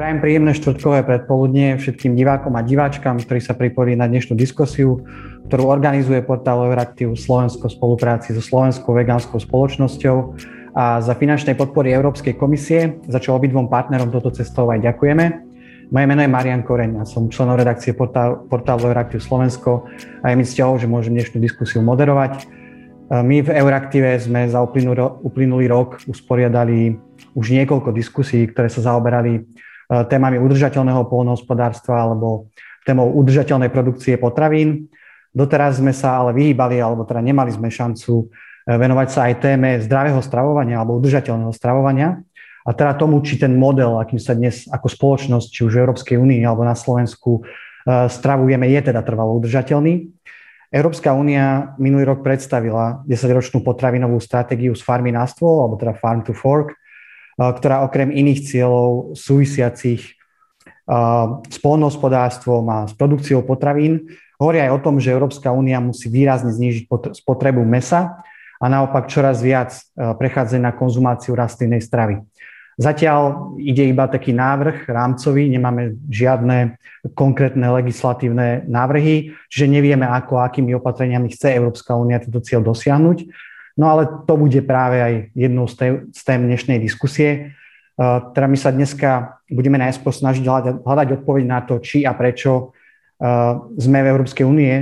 Prajem príjemné štvrtkové predpoludnie všetkým divákom a diváčkam, ktorí sa pripojili na dnešnú diskusiu, ktorú organizuje portál Euraktiv Slovensko v spolupráci so Slovenskou vegánskou spoločnosťou a za finančnej podpory Európskej komisie, za čo obidvom partnerom toto cestou aj ďakujeme. Moje meno je Marian Koreň a som členom redakcie portálu Euraktiv Slovensko a je mi cťou, že môžem dnešnú diskusiu moderovať. My v Euraktive sme za uplynulý rok usporiadali už niekoľko diskusí, ktoré sa zaoberali témami udržateľného poľnohospodárstva alebo témou udržateľnej produkcie potravín. Doteraz sme sa ale vyhýbali, alebo teda nemali sme šancu venovať sa aj téme zdravého stravovania alebo udržateľného stravovania. A teda tomu, či ten model, akým sa dnes ako spoločnosť, či už v Európskej únii alebo na Slovensku stravujeme, je teda trvalo udržateľný. Európska únia minulý rok predstavila 10-ročnú potravinovú stratégiu z farmy na stôl, alebo teda Farm to Fork, ktorá okrem iných cieľov súvisiacich s poľnohospodárstvom a s produkciou potravín hovorí aj o tom, že Európska únia musí výrazne znížiť spotrebu mäsa a naopak čoraz viac prechádzať na konzumáciu rastlinnej stravy. Zatiaľ ide iba taký návrh rámcový, nemáme žiadne konkrétne legislatívne návrhy, čiže nevieme, akými opatreniami chce Európska únia tento cieľ dosiahnuť. No ale to bude práve aj jednou z tém dnešnej diskusie. Teda my sa dneska budeme najskôr snažiť hľadať odpoveď na to, či a prečo sme v Európskej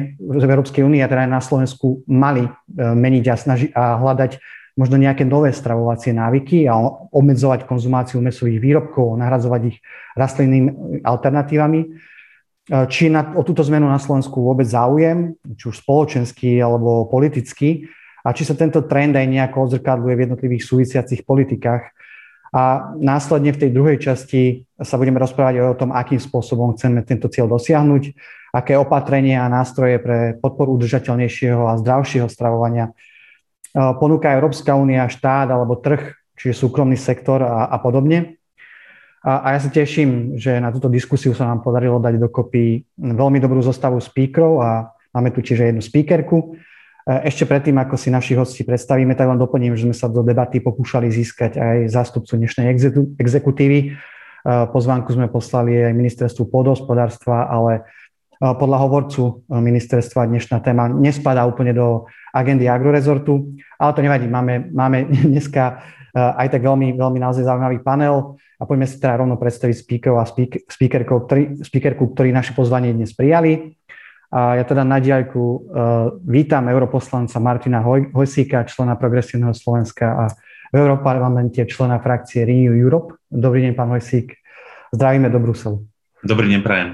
únii a teda aj na Slovensku mali meniť a hľadať možno nejaké nové stravovacie návyky a obmedzovať konzumáciu mäsových výrobkov, nahradzovať ich rastlinnými alternatívami. Či o túto zmenu na Slovensku vôbec záujem, či už spoločenský alebo politický, a či sa tento trend aj nejako odzrkadľuje v jednotlivých súvisiacich politikách. A následne v tej druhej časti sa budeme rozprávať o tom, akým spôsobom chceme tento cieľ dosiahnuť, aké opatrenia a nástroje pre podporu udržateľnejšieho a zdravšieho stravovania ponúka Európska únia, štát alebo trh, čiže súkromný sektor a podobne. A ja sa teším, že na túto diskusiu sa nám podarilo dať dokopy veľmi dobrú zostavu speakerov a máme tu tiež jednu speakerku. Ešte predtým, ako si našich hostí predstavíme, tak len doplním, že sme sa do debaty pokúšali získať aj zástupcu dnešnej exekutívy. Pozvánku sme poslali aj ministerstvu pôdohospodárstva, ale podľa hovorcu ministerstva dnešná téma nespadá úplne do agendy agrorezortu, ale to nevadí. Máme dneska aj tak veľmi, veľmi naozaj zaujímavý panel a poďme si teda rovno predstaviť speakerov a speakerku, ktorí naše pozvanie dnes prijali. A ja teda na diaľku vítam europoslanca Martina Hojsíka, člena Progresívneho Slovenska a v Európarlamente člena frakcie Renew Europe. Dobrý deň, pán Hojsík. Zdravíme do Bruselu. Dobrý deň, prajem.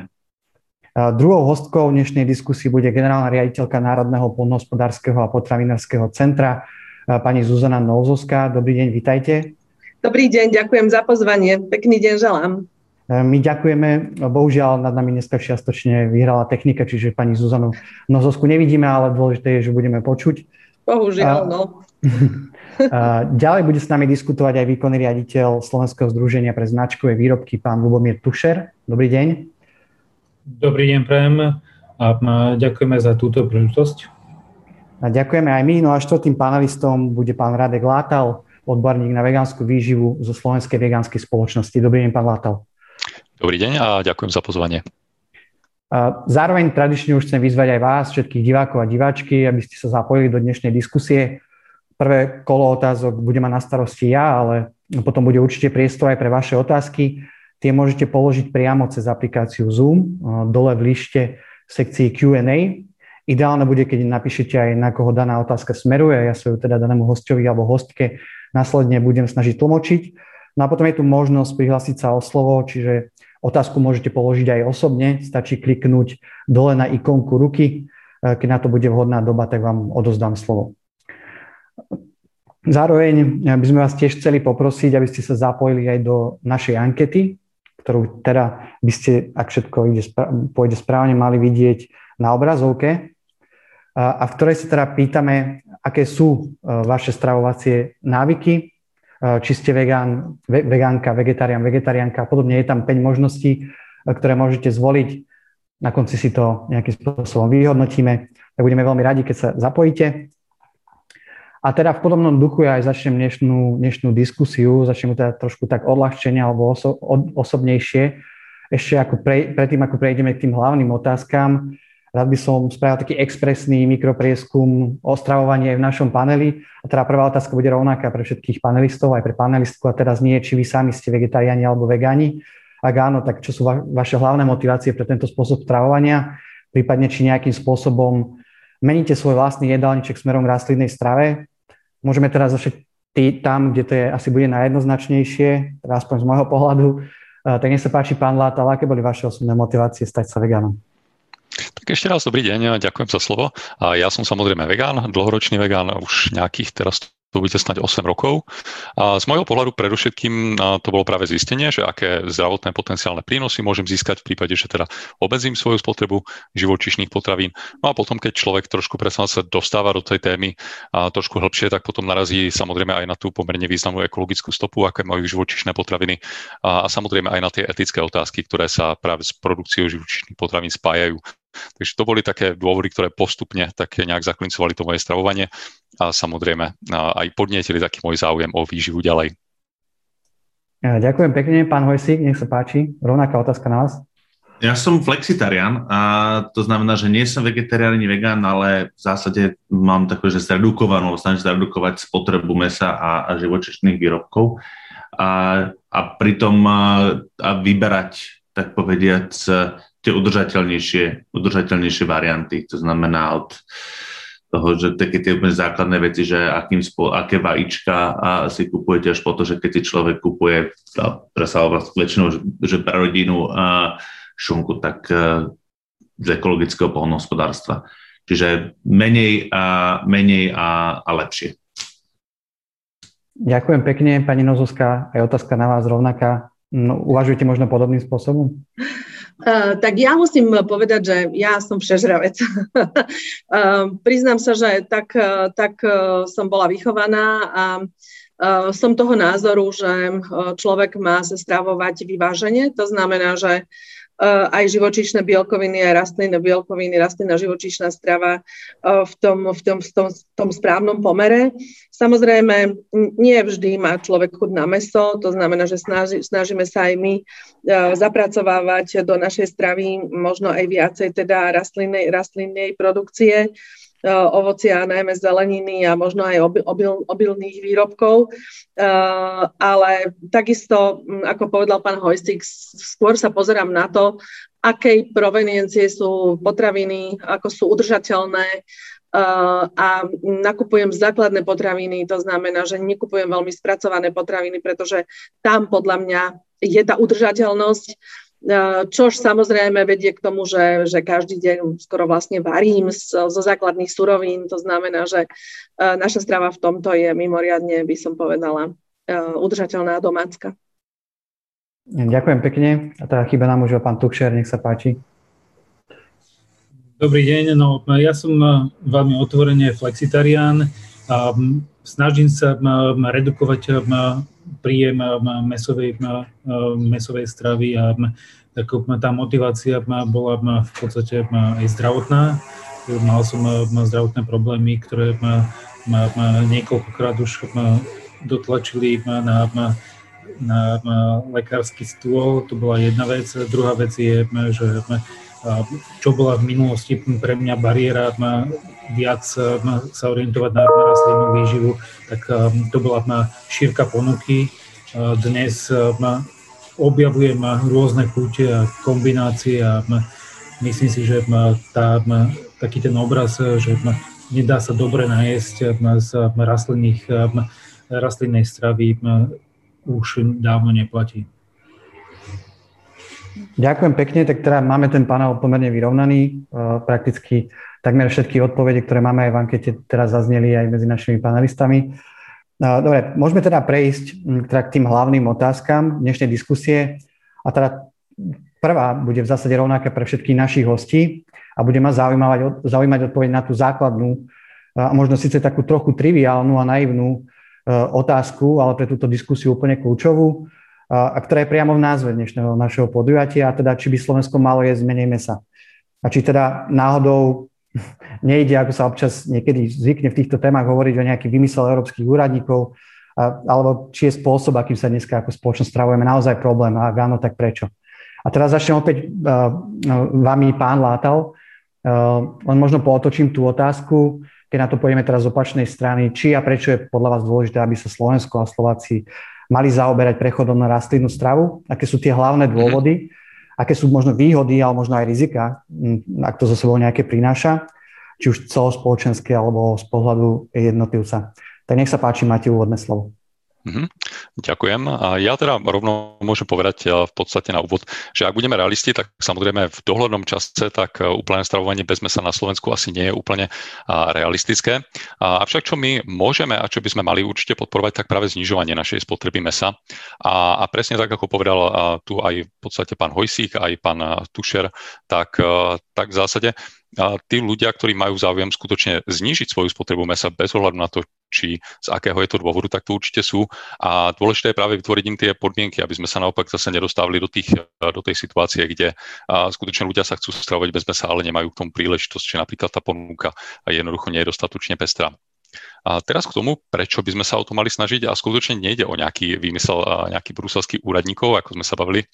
Druhou hostkou dnešnej diskusie bude generálna riaditeľka Národného poľnohospodárskeho a potravinárskeho centra, pani Zuzana Nouzovská. Dobrý deň, vitajte. Dobrý deň, ďakujem za pozvanie. Pekný deň želám. My ďakujeme, bohužiaľ nad nami dneska čiastočne vyhrala technika, čiže pani Zuzanu Nozovskú nevidíme, ale dôležité je, že budeme počuť. Bohužiaľ, no. Ďalej bude s nami diskutovať aj výkonný riaditeľ Slovenského združenia pre značkové výrobky, pán Ľubomír Tušer. Dobrý deň. Dobrý deň, prajem a ďakujeme za túto príležitosť. Ďakujeme aj my. No a štvrtým panelistom bude pán Radek Látal, odborník na vegánsku výživu zo Slovenskej vegánskej spoločnosti. Dobrý deň, pán Látal. Dobrý deň a ďakujem za pozvanie. Zároveň tradične už chcem vyzvať aj vás, všetkých divákov a diváčky, aby ste sa zapojili do dnešnej diskusie. Prvé kolo otázok bude mať na starosti ja, ale potom bude určite priestor aj pre vaše otázky. Tie môžete položiť priamo cez aplikáciu Zoom, dole v lište v sekcii Q&A. Ideálne bude, keď napíšete aj, na koho daná otázka smeruje. Ja svoju teda danému hostovi alebo hostke následne budem snažiť tlmočiť. No a potom je tu možnosť prihlásiť sa o slovo, čiže otázku môžete položiť aj osobne, stačí kliknúť dole na ikonku ruky. Keď na to bude vhodná doba, tak vám odozdám slovo. Zároveň by sme vás tiež chceli poprosiť, aby ste sa zapojili aj do našej ankety, ktorú teda by ste, ak všetko pôjde správne, mali vidieť na obrazovke, a v ktorej sa teda pýtame, aké sú vaše stravovacie návyky, či ste vegánka, vegetariánka a podobne. Je tam 5 možností, ktoré môžete zvoliť. Na konci si to nejakým spôsobom vyhodnotíme. Tak budeme veľmi radi, keď sa zapojíte. A teda v podobnom duchu ja aj začnem dnešnú diskusiu, začnem teda trošku tak odľahčenie alebo osobnejšie. Ešte predtým, ako prejdeme k tým hlavným otázkam, rád by som spravil taký expresný mikroprieskum o stravovaní aj v našom paneli. A teda prvá otázka bude rovnaká pre všetkých panelistov, aj pre panelistku. A teraz nie, či vy sami ste vegetariáni alebo vegáni. Ak áno, tak čo sú vaše hlavné motivácie pre tento spôsob stravovania? Prípadne, či nejakým spôsobom meníte svoj vlastný jedálniček smerom k rastlinnej strave. Môžeme teraz začať tam, kde to je asi bude najjednoznačnejšie, teda aspoň z môjho pohľadu. Tak nech sa páči, pán Látal, aké boli vaše osobné motivácie stať sa vegánom? Tak ešte raz dobrý deň, ďakujem za slovo. Ja som samozrejme vegán, dlhoročný vegán, už nejakých teraz to bude snáď 8 rokov. A z môjho pohľadu predovšetkým to bolo práve zistenie, že aké zdravotné potenciálne prínosy môžem získať v prípade, že teda obmedzím svoju spotrebu živočíšnych potravín. No a potom, keď človek trošku predsa sa dostáva do tej témy trošku hĺbšie, tak potom narazí samozrejme aj na tú pomerne významnú ekologickú stopu, aké majú živočíšne potraviny a samozrejme aj na tie etické otázky, ktoré sa práve s produkciou živočíšnych potravín spájajú. Takže to boli také dôvody, ktoré postupne tak nejak zaklincovali to moje stravovanie a samozrejme aj podnietili taký môj záujem o výživu ďalej. Ďakujem pekne, pán Hojsík, nech sa páči. Rovnaká otázka na vás. Ja som flexitarián a to znamená, že nie som vegetarián ani vegán, ale v zásade mám takú, že snažím zredukovať spotrebu mäsa a živočíšnych výrobkov a pritom vyberať, tak povediac, tie udržateľnejšie varianty. To znamená od toho, že také tie úplne základné veci, že aké vajíčka si kupujete, až po to, že keď si človek kupuje väčšinou, že pre rodinu šunku, tak z ekologického poľnohospodárstva. Čiže menej a lepšie. Ďakujem pekne, pani Nozovská. Aj otázka na vás rovnaká. Uvažujete možno podobným spôsobom? Tak ja musím povedať, že ja som všežravec. Priznám sa, že tak som bola vychovaná a som toho názoru, že človek má sa stravovať vyvážene. To znamená, že aj živočíšne bielkoviny, aj rastlinné bielkoviny, rastlinná živočíšna strava v tom správnom pomere. Samozrejme, nie vždy má človek chuť na mäso, to znamená, že snažíme sa aj my zapracovávať do našej stravy možno aj viacej teda rastlinnej produkcie, ovocia, najmä zeleniny a možno aj obilných výrobkov. Ale takisto, ako povedal pán Hojsík, skôr sa pozerám na to, akej proveniencie sú potraviny, ako sú udržateľné a nakupujem základné potraviny, to znamená, že nekupujem veľmi spracované potraviny, pretože tam podľa mňa je tá udržateľnosť, čož samozrejme vedie k tomu, že každý deň skoro vlastne varím zo základných surovín, to znamená, že naša strava v tomto je mimoriadne, by som povedala, udržateľná a domácka. Ďakujem pekne. A teda chýba nám už pán Tukšer, nech sa páči. Dobrý deň, ja som veľmi otvorene flexitarián a snažím sa redukovať príjem mäsovej stravy a tá motivácia bola v podstate aj zdravotná. Mal som zdravotné problémy, ktoré ma niekoľkokrát už dotlačili na lekársky stôl. To bola jedna vec. Druhá vec je, že čo bola v minulosti pre mňa bariéra viac sa orientovať na rastlinnú výživu, tak to bola šírka ponuky. Dnes objavujem rôzne chute a kombinácie a myslím si, že taký ten obraz, že nedá sa dobre najesť z rastlinnej stravy, už dávno neplatí. Ďakujem pekne, tak teda máme ten panel pomerne vyrovnaný. Prakticky takmer všetky odpovede, ktoré máme aj v ankete, teraz zazneli aj medzi našimi panelistami. Dobre, môžeme teda prejsť k tým hlavným otázkam dnešnej diskusie. A teda prvá bude v zásade rovnaká pre všetkých našich hostí a bude ma zaujímať odpoveď na tú základnú a možno síce takú trochu triviálnu a naivnú otázku, ale pre túto diskusiu úplne kľúčovú, a ktorá je priamo v názve dnešného našeho podujatia, a teda či by Slovensko malo jesť menej mäsa. A či teda náhodou nejde, ako sa občas niekedy zvykne v týchto témach hovoriť o nejaký vymysel európskych úradníkov, alebo či je spôsob, akým sa dneska ako spoločnosť stravujeme, naozaj problém, a ak áno, tak prečo? A teraz začnem opäť vami, pán Látal. Len možno pootočím tú otázku, keď na to pôjdeme teraz z opačnej strany, či a prečo je podľa vás dôležité, aby sa Slovensko a Slováci mali zaoberať prechodom na rastlinnú stravu? Aké sú tie hlavné dôvody? Aké sú možno výhody, ale možno aj rizika, ak to zo sebou nejaké prináša, či už celospoločenské alebo z pohľadu jednotlivca. Tak nech sa páči, máte úvodné slovo. Ďakujem. A ja teda rovno môžem povedať v podstate na úvod, že ak budeme realisti, tak samozrejme v dohľadnom čase tak úplné stravovanie bez mäsa na Slovensku asi nie je úplne realistické. Avšak čo my môžeme a čo by sme mali určite podporovať, tak práve znižovanie našej spotreby mäsa. A presne tak, ako povedal tu aj v podstate pán Hojsík, aj pán Tušer, tak v zásade tí ľudia, ktorí majú záujem skutočne znížiť svoju spotrebu mäsa bez ohľadu na to, či z akého je to dôvodu, tak to určite sú. A dôležité je práve vytvoriť im tie podmienky, aby sme sa naopak zase nedostávali do tej situácie, kde skutočne ľudia sa chcú stravovať bez mäsa, ale nemajú k tomu príležitosť, že napríklad tá ponuka jednoducho nie je dostatočne pestrá. A teraz k tomu, prečo by sme sa o to mali snažiť, a skutočne nejde o nejaký výmysel nejakých bruselských úradníkov, ako sme sa bavili.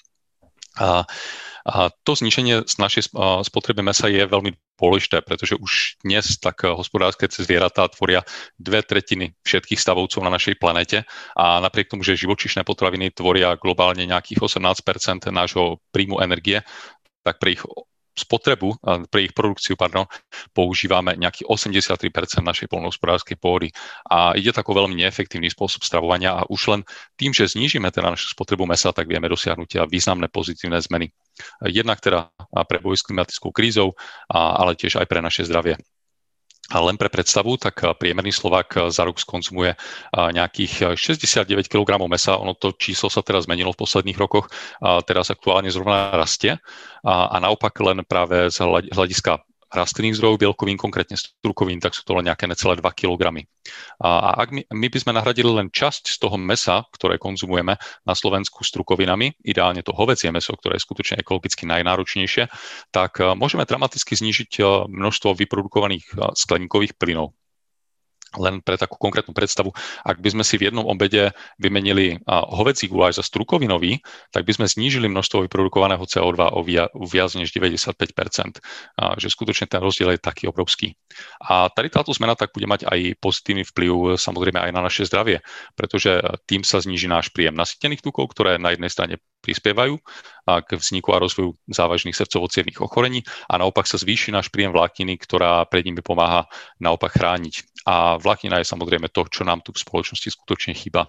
A to zniženie z našej spotreby mäsa je veľmi dôležité, pretože už dnes tak hospodárske zvieratá tvoria 2/3 všetkých stavovcov na našej planete a napriek tomu, že živočíšne potraviny tvoria globálne nejakých 18% nášho príjmu energie, tak pre ich spotrebu, pre ich produkciu, používame nejaký 83% našej poľnohospodárskej pôdy. A ide tako veľmi neefektívny spôsob stravovania a už len tým, že znížime teda našu spotrebu mäsa, tak vieme dosiahnuť významné pozitívne zmeny. Jednak teda pre boj s klimatickou krízou, ale tiež aj pre naše zdravie. A len pre predstavu, tak priemerný Slovák za rok skonzumuje nejakých 69 kg mäsa. Ono to číslo sa teraz zmenilo v posledných rokoch, teraz aktuálne zrovna rastie. A naopak len práve z hľadiska rastlinných zdrojov bielkovín, konkrétne strukovín, tak sú to len nejaké necelé 2 kg. A ak my by sme nahradili len časť z toho mäsa, ktoré konzumujeme na Slovensku strukovinami, ideálne to hovädzie mäso, ktoré je skutočne ekologicky najnáročnejšie, tak môžeme dramaticky znížiť množstvo vyprodukovaných skleníkových plynov. Len pre takú konkrétnu predstavu, ak by sme si v jednom obede vymenili hovädzí guláš za strukovinový, tak by sme znížili množstvo vyprodukovaného CO2 o viac než 95%. Že skutočne ten rozdiel je taký obrovský. A tady táto zmena tak bude mať aj pozitívny vplyv samozrejme aj na naše zdravie, pretože tým sa zníži náš príjem nasýtených tukov, ktoré na jednej strane prispievajú k vzniku a rozvoju závažných srdcovo-cievnych ochorení a naopak sa zvýši náš príjem vlákniny, ktorá pred nimi pomáha naopak chrániť. A vláknina je samozrejme to, čo nám tu v spoločnosti skutočne chýba.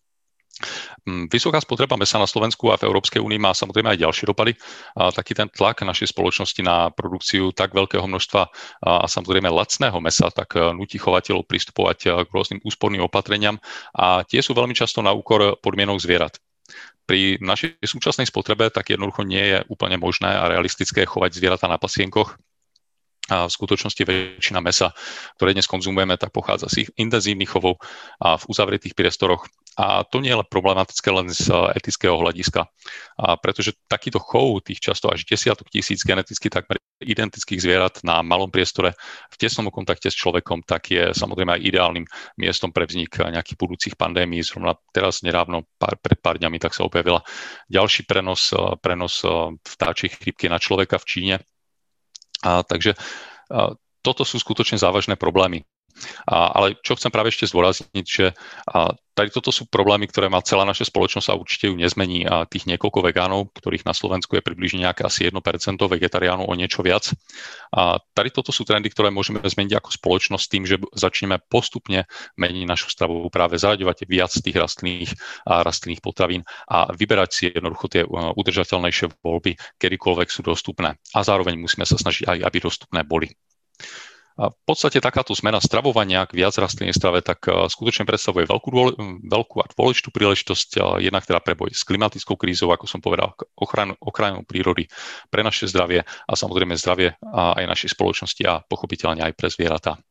Vysoká spotreba mäsa na Slovensku a v Európskej únii má samozrejme aj ďalšie dopady. Taký ten tlak našej spoločnosti na produkciu tak veľkého množstva a samozrejme lacného mäsa, tak núti chovateľov pristupovať k rôznym úsporným opatreniam a tie sú veľmi často na úkor podmienok zvierat. Pri našej súčasnej spotrebe tak jednoducho nie je úplne možné a realistické chovať zvieratá na pasienkoch. A v skutočnosti väčšina mäsa, ktoré dnes konzumujeme, tak pochádza z ich intenzívnych chovov a v uzavretých priestoroch. A to nie je problematické len z etického hľadiska, pretože takýto chov tých často až desiatok tisíc geneticky takmer identických zvierat na malom priestore v tesnom kontakte s človekom, tak je samozrejme aj ideálnym miestom pre vznik nejakých budúcich pandémií. Zrovna teraz nedávno, pred pár dňami, tak sa objavila ďalší prenos vtáčej chrípky na človeka v Číne. Takže toto sú skutočne závažné problémy. Ale čo chcem práve ešte zdôrazniť, že tady toto sú problémy, ktoré má celá naša spoločnosť a určite ju nezmení. Tých niekoľko vegánov, ktorých na Slovensku je približne nejaké asi 1%, vegetariánov o niečo viac. A tady toto sú trendy, ktoré môžeme zmeniť ako spoločnosť tým, že začneme postupne meniť našu stravu, práve zaraďovať viac tých rastlinných potravín a vyberať si jednoducho tie udržateľnejšie voľby, kedykoľvek sú dostupné. A zároveň musíme sa snažiť aj, aby dostupné boli. A v podstate takáto zmena stravovania k viac rastlinnej strave tak skutočne predstavuje veľkú a dôležitú príležitosť jednak teda pre boj s klimatickou krízou, ako som povedal, ochranou prírody, pre naše zdravie a samozrejme zdravie aj našej spoločnosti a pochopiteľne aj pre zvieratá.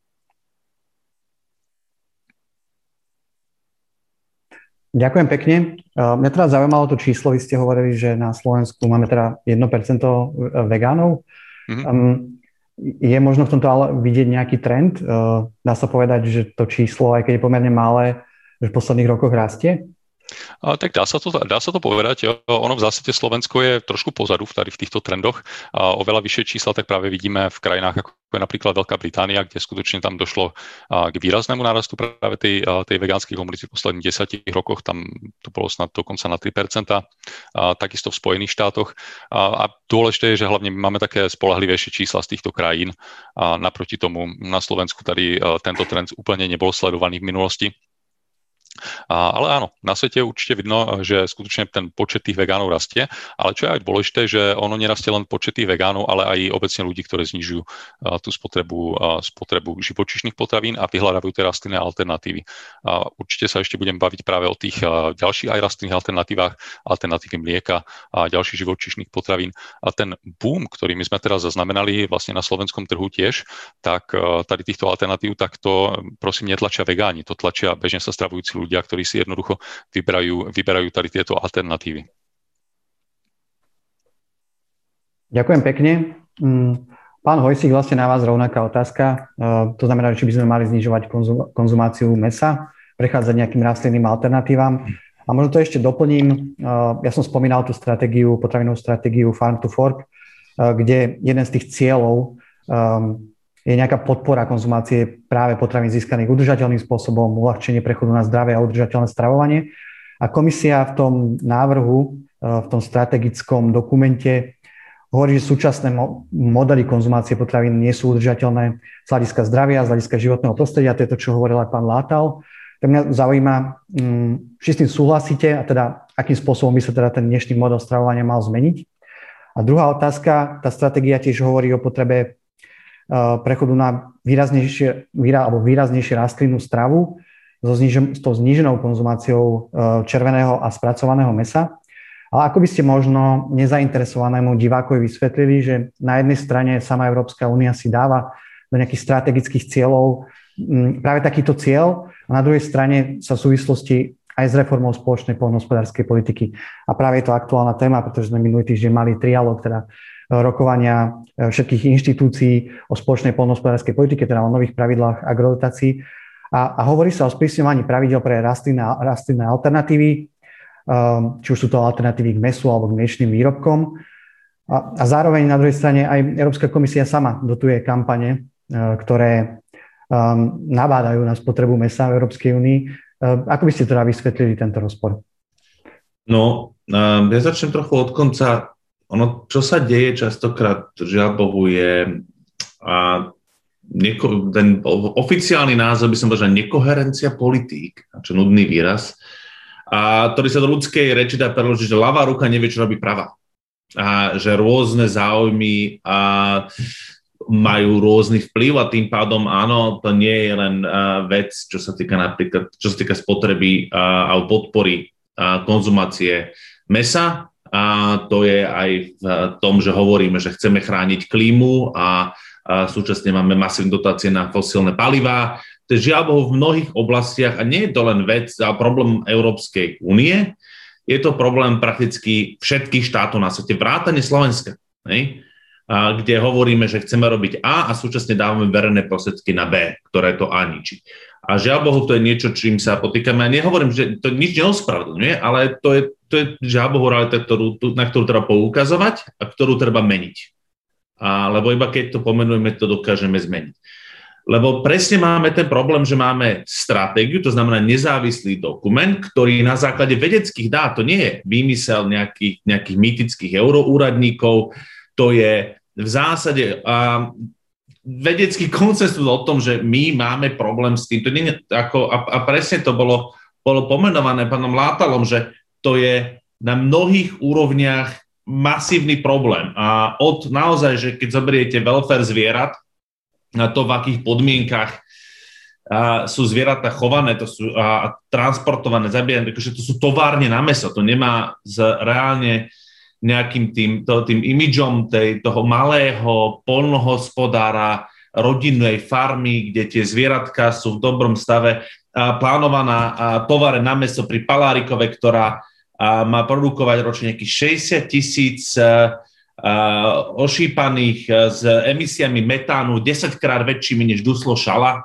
Ďakujem pekne. Mňa teda zaujímalo to číslo, vy ste hovorili, že na Slovensku máme teda 1% vegánov. Je možno v tomto ale vidieť nejaký trend? Dá sa povedať, že to číslo, aj keď je pomerne malé, že v posledných rokoch rastie? Tak dá sa to povedať. Ono v zásade Slovensko je trošku pozadu v týchto trendoch. Oveľa vyššie čísla tak práve vidíme v krajinách ako je napríklad Veľká Británia, kde skutočne tam došlo k výraznému nárastu práve tej vegánskej komunity v posledných 10 rokoch. Tam to bolo snad dokonca na 3%. Takisto v Spojených štátoch. A dôležité je, že hlavne máme také spoľahlivejšie čísla z týchto krajín. Naproti tomu na Slovensku tady tento trend úplne nebol sledovaný v minulosti. Ale áno, na svete určite vidno, že skutočne ten počet tých vegánov rastie, ale čo je aj dôležité, že ono nerastie len počet tých vegánov, ale aj obecne ľudí, ktorí znižujú tú spotrebu živočíšnych potravín a vyhľadávajú tie rastlinné alternatívy. Určite sa ešte budem baviť práve o tých ďalších aj rastlinných alternatívach, alternatívy mlieka a ďalších živočíšnych potravín. A ten boom, ktorý my sme teraz zaznamenali vlastne na slovenskom trhu tiež, tak tady týchto alternatív, tak to prosím netlačia vegáni, to tlačia bežne sa stravujúci ľudia, ktorí si jednoducho vyberajú tady tieto alternatívy. Ďakujem pekne. Pán Hojsík, vlastne na vás rovnaká otázka. To znamená, či by sme mali znižovať konzumáciu mäsa, prechádzať nejakým rastlinným alternatívam. A možno to ešte doplním. Ja som spomínal tú potravinovú stratégiu Farm to Fork, kde jeden z tých cieľov je nejaká podpora konzumácie práve potravín získaných udržateľným spôsobom, uľahčenie prechodu na zdravé a udržateľné stravovanie. A komisia v tom návrhu, v tom strategickom dokumente hovorí, že súčasné modely konzumácie potravín nie sú udržateľné z hľadiska zdravia, z hľadiska životného prostredia. To je to, čo hovoril aj pán Látal. Tak mňa zaujíma, či s tým súhlasíte a teda akým spôsobom by sa teda ten dnešný model stravovania mal zmeniť. A druhá otázka, tá stratégia tiež hovorí o potrebe prechodu na výraznejšie rastlinnú stravu s tou zníženou konzumáciou červeného a spracovaného mäsa. Ale ako by ste možno nezainteresovanému divákovi vysvetlili, že na jednej strane sama Európska únia si dáva do nejakých strategických cieľov práve takýto cieľ a na druhej strane sa v súvislosti aj s reformou spoločnej poľnohospodárskej politiky. A práve je to aktuálna téma, pretože sme minulý týždeň mali trialóg, teda rokovania všetkých inštitúcií o spoločnej poľnohospodárskej politike, teda o nových pravidlách agrodotácií. A hovorí sa o sprísňovaní pravidel pre rastlinné alternatívy, či už sú to alternatívy k mäsu alebo k mliečnym výrobkom. A zároveň na druhej strane aj Európska komisia sama dotuje kampane, ktoré nabádajú na spotrebu mäsa v Európskej únii. Ako by ste teda vysvetlili tento rozpor? No, ja začnem trochu od konca. Ono, čo sa deje častokrát, žiaľ Bohu, je ten oficiálny názov by som povedal, že nekoherencia politík, čo nudný výraz, a ktorý sa do ľudskej reči dá preložiť, že ľavá ruka nevie, čo robí pravá. A že rôzne záujmy majú rôzny vplyv a tým pádom áno, to nie je len vec, čo sa týka napríklad, čo sa týka spotreby alebo podpory konzumácie mäsa. A to je aj v tom, že hovoríme, že chceme chrániť klímu a súčasne máme masívne dotácie na fosílne palivá. To je žiaľ Bohu v mnohých oblastiach a nie je to len vec a problém Európskej únie, je to problém prakticky všetkých štátov na svete, vrátane Slovenska, kde hovoríme, že chceme robiť A a súčasne dávame verejné prostriedky na B, ktoré to A ničí. A žiaľ Bohu, to je niečo, čím sa potýkame. Ja nehovorím, že to nič neospravedlňuje, ale to je žiaľ Bohu realita, na ktorú treba poukazovať a ktorú treba meniť. Lebo iba keď to pomenujeme, to dokážeme zmeniť. Lebo presne máme ten problém, že máme stratégiu, to znamená nezávislý dokument, ktorý na základe vedeckých dát, to nie je výmysel nejakých mýtických euroúradníkov, to je v zásade vedecký konsenzus o tom, že my máme problém s tým. A presne to bolo pomenované pánom Látalom, že to je na mnohých úrovniach masívny problém. A od naozaj, že keď zoberiete welfare zvierat, na to, v akých podmienkach sú zvieratá chované, to sú transportované, zabíjane, že to sú továrne na mäso. To nemá reálne nejakým tým imidžom toho malého poľnohospodára, rodinnej farmy, kde tie zvieratka sú v dobrom stave. Plánovaná továreň na mäso pri Palárikove, ktorá má produkovať ročne nejakých 60 ošípaných s emisiami metánu 10-krát väčšími než duslo šala.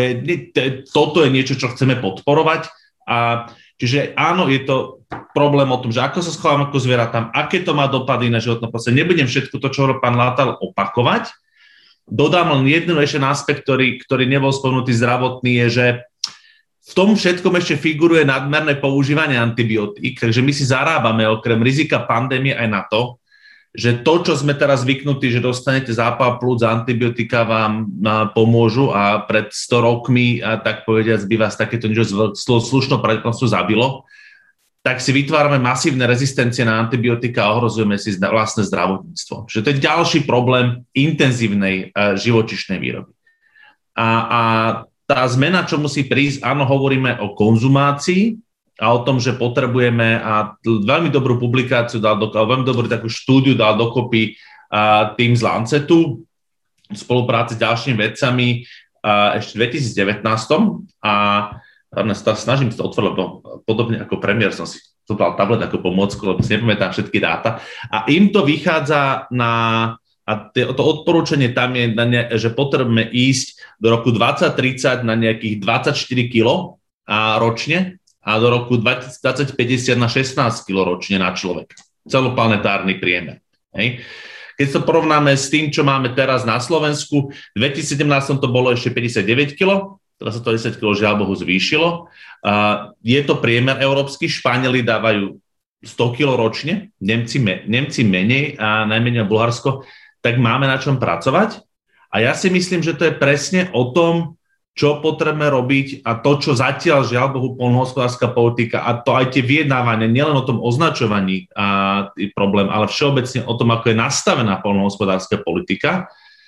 Toto je niečo, čo chceme podporovať. A čiže áno, je to problém o tom, že ako sa schovám ako zvieratám, aké to má dopady na životné prostredie. Nebudem všetko to, čo hovoril pán Látal, opakovať. Dodám len jeden aspekt, ktorý nebol spomenutý zdravotný, je, že v tom všetkom ešte figuruje nadmerné používanie antibiotík, takže my si zarábame okrem rizika pandémie aj na to, že to, čo sme teraz zvyknutí, že dostanete zápal plúc a antibiotika vám pomôžu a pred 100 rokmi, tak povediac, by vás takéto niečo slušnou pravdepodobnosťou zabilo, tak si vytvárame masívne rezistencie na antibiotika a ohrozujeme si vlastné zdravotníctvo. Že to je ďalší problém intenzívnej živočíšnej výroby. A tá zmena, čo musí prísť, áno, hovoríme o konzumácii, a o tom, že potrebujeme, a veľmi dobrú publikáciu veľmi dobrú takú štúdiu dal dokopy tým z Lancetu v spolupráci s ďalšími vedcami ešte v 2019. A snažím sa to otvoriť, lebo podobne ako premiér som si to dal tablet ako pomôcku, lebo si nepamätám všetky dáta. A im to vychádza a to odporúčanie tam je, že potrebujeme ísť do roku 2030 na nejakých 24 kg ročne, a do roku 2050 na 16 kg ročne na človeka. Celoplanetárny priemer. Hej. Keď to porovnáme s tým, čo máme teraz na Slovensku, v 2017 to bolo ešte 59 kg, teraz sa to 10 kg žiaľ Bohu zvýšilo. Je to priemer európsky, Španieli dávajú 100 kg ročne, Nemci menej a najmenej Bulharsko, tak máme na čom pracovať. A ja si myslím, že to je presne o tom, čo potrebujeme robiť a to, čo zatiaľ, žiaľ Bohu, poľnohospodárska politika a to aj tie vyjednávania, nielen o tom označovaní problém, ale všeobecne o tom, ako je nastavená poľnohospodárska politika,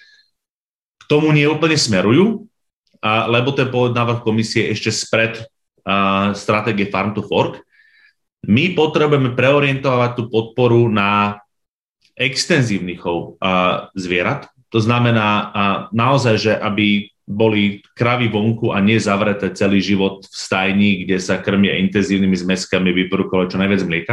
k tomu nie úplne smerujú, lebo ten pôvodný návrh komisie ešte spred stratégie Farm to Fork. My potrebujeme preorientovať tú podporu na extenzívny chov zvierat. To znamená naozaj, že aby boli kravy vonku a nie zavreté celý život v stajni, kde sa krmia intenzívnymi zmeskami, vyprodukovať čo najviac mlieka.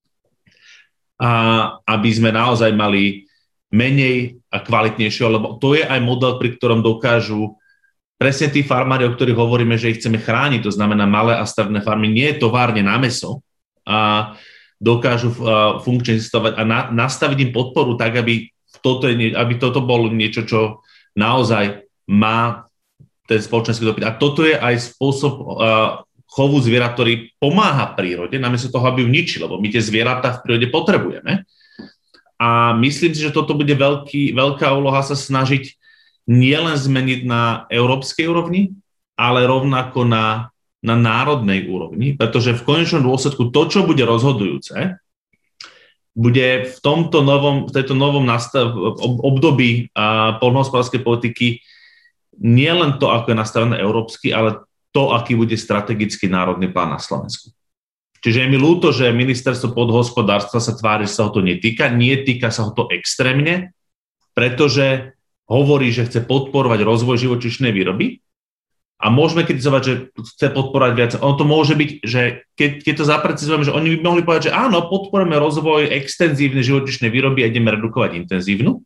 A aby sme naozaj mali menej a kvalitnejšieho, lebo to je aj model, pri ktorom dokážu presne tí farmári, o ktorých hovoríme, že ich chceme chrániť, to znamená malé a stredné farmy, nie je továrne na mäso, a dokážu funkčne existovať a nastaviť im podporu tak, aby toto bolo niečo, čo naozaj má ten spoločenský dopyt. A toto je aj spôsob chovu zvierat, ktorý pomáha prírode, namiesto toho, aby ju ničil, lebo my tie zvieratá v prírode potrebujeme. A myslím si, že toto bude veľká úloha sa snažiť nielen zmeniť na európskej úrovni, ale rovnako na národnej úrovni, pretože v konečnom dôsledku to, čo bude rozhodujúce, bude v tejto novom období poľnohospodárskej politiky nie len to, ako je nastavené európsky, ale to, aký bude strategický národný plán na Slovensku. Čiže je mi ľúto, že ministerstvo pôdohospodárstva sa tvári, že sa ho to netýka. Nie týka sa ho to extrémne, pretože hovorí, že chce podporovať rozvoj živočíšnej výroby a môžeme kritizovať, že chce podporovať viac. Ono to môže byť, že keď to zaprecizujeme, že oni by mohli povedať, že áno, podporujeme rozvoj extenzívnej živočíšnej výroby a ideme redukovať intenzívnu,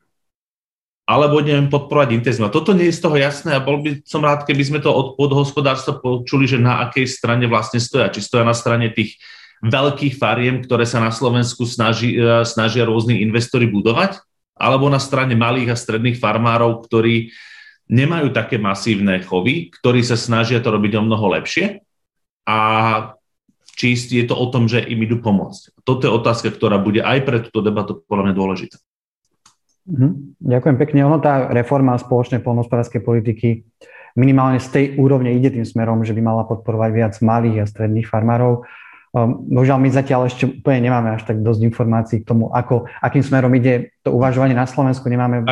alebo ideme podporovať intenzívnu. Toto nie je z toho jasné a bol by som rád, keby sme to od pôdohospodárstva počuli, že na akej strane vlastne stoja. Či stoja na strane tých veľkých fariem, ktoré sa na Slovensku snažia rôzni investori budovať, alebo na strane malých a stredných farmárov, ktorí nemajú také masívne chovy, ktorí sa snažia to robiť o mnoho lepšie a či je to o tom, že im idú pomôcť. Toto je otázka, ktorá bude aj pre túto debatu podľa mňa dôležitá. Ďakujem pekne. Ono tá reforma spoločnej poľnohospodárskej politiky minimálne z tej úrovne ide tým smerom, že by mala podporovať viac malých a stredných farmárov. Bohužiaľ, my zatiaľ ešte úplne nemáme až tak dosť informácií k tomu, akým smerom ide to uvažovanie na Slovensku. Nemáme...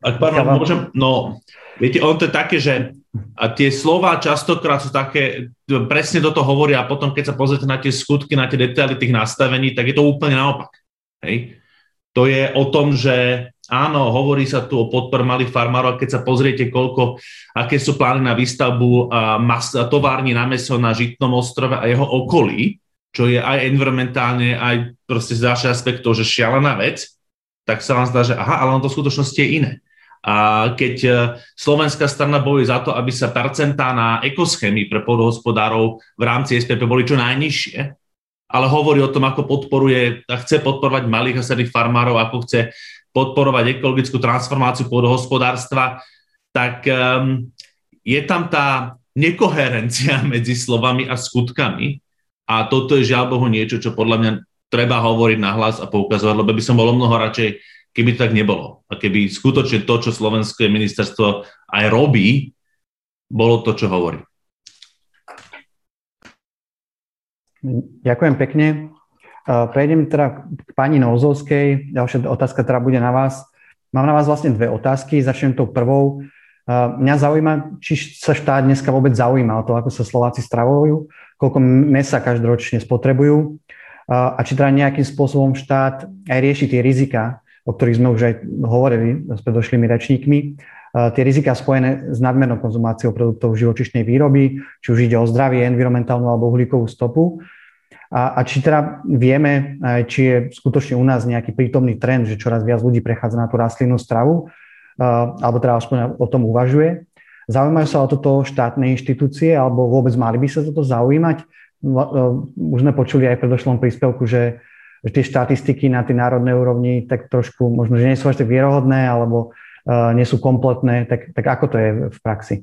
Viete, on to je také, že a tie slová častokrát sú také, presne do toho hovoria a potom, keď sa pozrite na tie skutky, na tie detaily tých nastavení, tak je to úplne naopak. Hej? To je o tom, že áno, hovorí sa tu o podpore malých farmárov a keď sa pozriete, aké sú plány na výstavbu tovární na mäso na Žitnom ostrove a jeho okolí, čo je aj environmentálne, aj proste z ďalších aspektov, že šialená vec, tak sa vám zdá, že aha, ale on to v skutočnosti je iné. A keď slovenská strana bojuje za to, aby sa percentá na ekoschémy pre pôdohospodárov v rámci SPP boli čo najnižšie, ale hovorí o tom, ako podporuje a chce podporovať malých a stredných farmárov, ako chce podporovať ekologickú transformáciu pôdohospodárstva, tak je tam tá nekoherencia medzi slovami a skutkami a toto je žiaľ Bohu niečo, čo podľa mňa treba hovoriť nahlas a poukazovať, lebo by som bol o mnoho radšej, keby to tak nebolo. A keby skutočne to, čo slovenské ministerstvo aj robí, bolo to, čo hovorí. Ďakujem pekne. Prejdem teda k pani Nouzovskej. Ďalšia otázka teda bude na vás. Mám na vás vlastne dve otázky. Začnem tou prvou. Mňa zaujíma, či sa štát dneska vôbec zaujíma o to, ako sa Slováci stravujú, koľko mäsa každoročne spotrebujú a či teda nejakým spôsobom štát aj rieši tie rizika, o ktorých sme už aj hovorili s predošlými rečníkmi, tie riziká spojené s nadmernou konzumáciou produktov živočíšnej výroby, či už ide o zdravie, environmentálnu alebo uhlíkovú stopu. A či teda vieme, či je skutočne u nás nejaký prítomný trend, že čoraz viac ľudí prechádza na tú rastlinnú stravu, alebo teda aspoň o tom uvažuje. Zaujímajú sa o toto štátne inštitúcie, alebo vôbec mali by sa toto zaujímať? Už sme počuli aj v predošlom príspevku, že tie štatistiky na tej národnej úrovni tak trošku možno, že nie sú až tak vierohodné alebo nie sú kompletné, tak ako to je v praxi?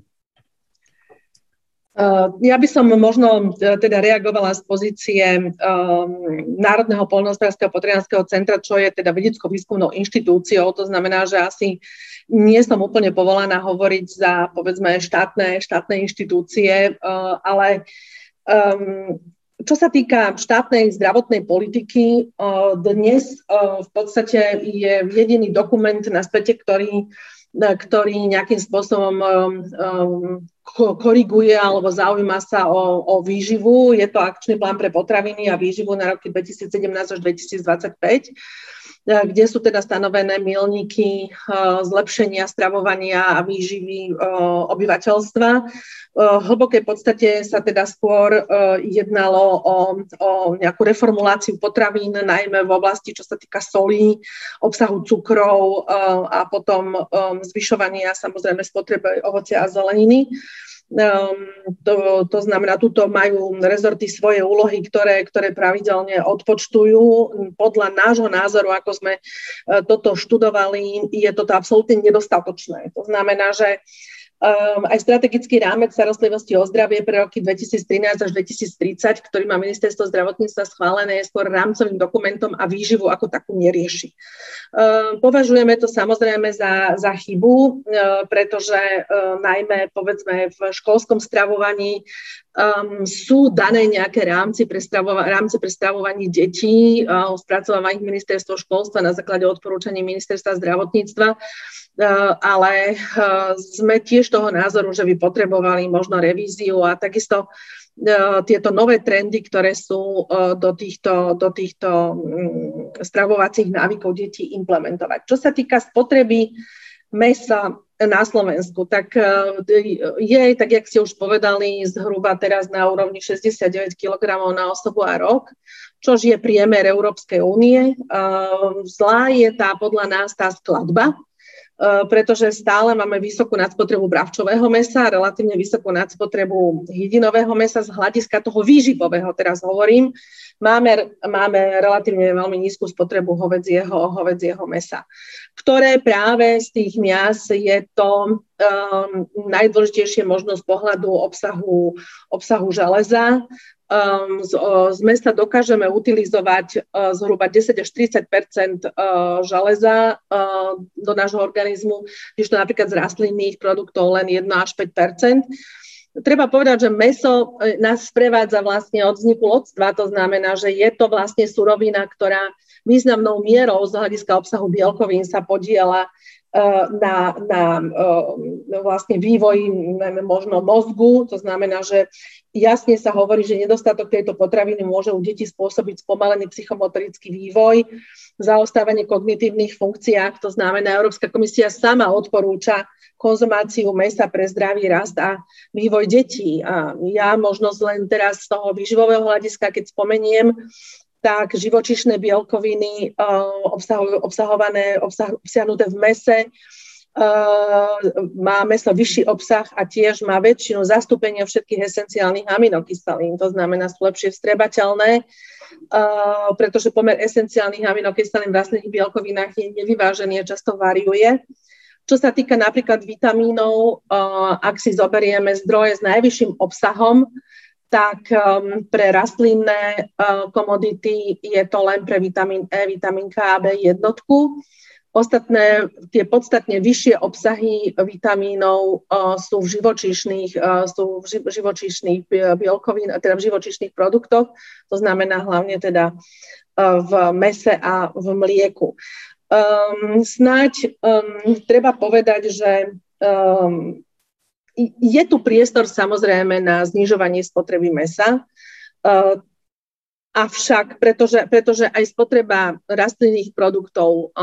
Ja by som možno teda reagovala z pozície Národného poľnohospodárskeho potravinárskeho centra, čo je teda vedecko-výskumnou inštitúciou. To znamená, že asi nie som úplne povolaná hovoriť za, povedzme, štátne inštitúcie, ale čo sa týka štátnej zdravotnej politiky, dnes v podstate je jediný dokument na svete, ktorý nejakým spôsobom koriguje alebo zaujíma sa o výživu. Je to akčný plán pre potraviny a výživu na roky 2017 až 2025, kde sú teda stanovené milníky zlepšenia stravovania a výživy obyvateľstva. V hlbokej podstate sa teda skôr jednalo o nejakú reformuláciu potravín, najmä v oblasti, čo sa týka solí, obsahu cukrov a potom zvyšovania samozrejme spotreby ovocia a zeleniny. To znamená, tuto majú rezorty svoje úlohy, ktoré pravidelne odpočtujú. Podľa nášho názoru, ako sme toto študovali, je toto absolútne nedostatočné. To znamená, že aj strategický rámec starostlivosti o zdravie pre roky 2013 až 2030, ktorý má ministerstvo zdravotníctva schválené, je skôr rámcovým dokumentom a výživu ako takú nerieši. Považujeme to samozrejme za chybu, pretože najmä povedzme v školskom stravovaní sú dané nejaké rámce pre stravovanie detí, spracováva ich ministerstvo školstva na základe odporúčaní ministerstva zdravotníctva, ale sme tiež toho názoru, že by potrebovali možno revíziu a takisto tieto nové trendy, ktoré sú do týchto stravovacích návykov detí implementovať. Čo sa týka spotreby mäsa na Slovensku, tak je, tak jak ste už povedali, zhruba teraz na úrovni 69 kg na osobu a rok, čož je priemer Európskej únie. Zlá je podľa nás tá skladba, pretože stále máme vysokú nadspotrebu bravčového mäsa, relatívne vysokú nadspotrebu hydinového mäsa z hľadiska toho výživového, teraz hovorím. Máme relatívne veľmi nízku spotrebu hovedzieho mäsa, ktoré práve z tých mias je to najdôležitejšie možno z pohľadu obsahu železa. Z mäsa dokážeme utilizovať zhruba 10 až 30% železa do nášho organizmu, kdežto napríklad z rastlinných produktov len 1 až 5%. Treba povedať, že mäso nás sprevádza vlastne od vzniku ľudstva, to znamená, že je to vlastne surovina, ktorá významnou mierou z hľadiska obsahu bielkovín sa podieľa na vlastne vývoj možno mozgu, to znamená, že jasne sa hovorí, že nedostatok tejto potraviny môže u detí spôsobiť spomalený psychomotorický vývoj, zaostávanie kognitívnych funkciách, to znamená, Európska komisia sama odporúča konzumáciu mäsa pre zdravý rast a vývoj detí. A ja možno len teraz z toho výživového hľadiska, keď spomeniem, tak živočíšne bielkoviny obsiahnuté v mäse má mäso vyšší obsah a tiež má väčšinu zastúpenia všetkých esenciálnych aminokyselín. To znamená, sú lepšie vstrebateľné, pretože pomer esenciálnych aminokyselín v rastlinných bielkovinách je nevyvážený a často variuje. Čo sa týka napríklad vitamínov, ak si zoberieme zdroje s najvyšším obsahom, tak pre rastlinné komodity je to len pre vitamín E, vitamín K a B1. Ostatné, tie podstatne vyššie obsahy vitamínov sú v živočíšnych bielkovín, teda v živočíšnych produktoch, to znamená hlavne teda v mäse a v mlieku. Snáď treba povedať, že je tu priestor samozrejme na znižovanie spotreby mäsa, avšak pretože aj spotreba rastlinných produktov,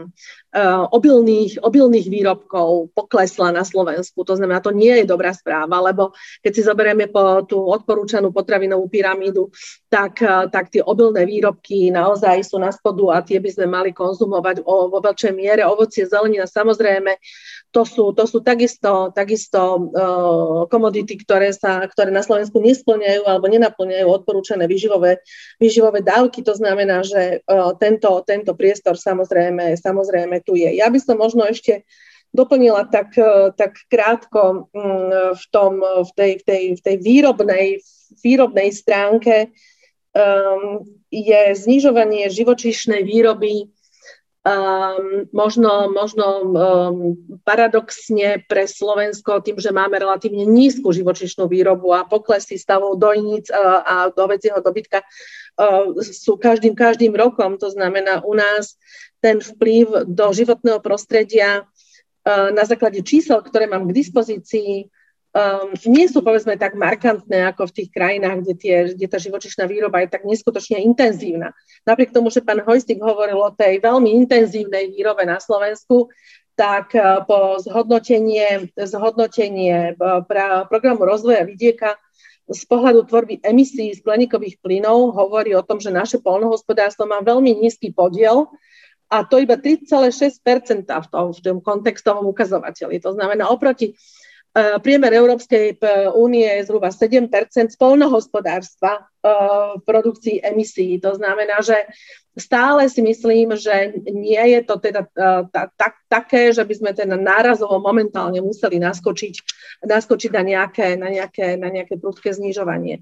obilných výrobkov poklesla na Slovensku. To znamená, to nie je dobrá správa, lebo keď si zoberieme po tú odporúčanú potravinovú pyramídu, tak tie obilné výrobky naozaj sú na spodu a tie by sme mali konzumovať vo väčšej miere. Ovocie, zelenina, samozrejme, to sú takisto komodity, ktoré na Slovensku nespĺňajú alebo nenaplňajú odporúčané výživové dávky. To znamená, že tento priestor samozrejme tu je. Ja by som možno ešte doplnila tak krátko v tej výrobnej stránke je znižovanie živočíšnej výroby možno paradoxne pre Slovensko tým, že máme relatívne nízku živočíšnu výrobu a poklesy stavov dojníc a dovedzieho dobytka sú každým rokom. To znamená, u nás ten vplyv do životného prostredia na základe čísel, ktoré mám k dispozícii, nie sú povedzme tak markantné ako v tých krajinách, kde tá živočíšna výroba je tak neskutočne intenzívna. Napriek tomu, že pán Hojsík hovoril o tej veľmi intenzívnej výrobe na Slovensku, tak po zhodnotenie programu rozvoja vidieka z pohľadu tvorby emisí skleníkových plynov hovorí o tom, že naše poľnohospodárstvo má veľmi nízky podiel a to iba 3,6% v tom kontextovom ukazovateli. To znamená, oproti priemer Európskej únie je zhruba 7% z poľnohospodárstva v produkcii emisí. To znamená, že stále si myslím, že nie je to teda také, že by sme teda nárazovo momentálne museli naskočiť na nejaké prudké znižovanie.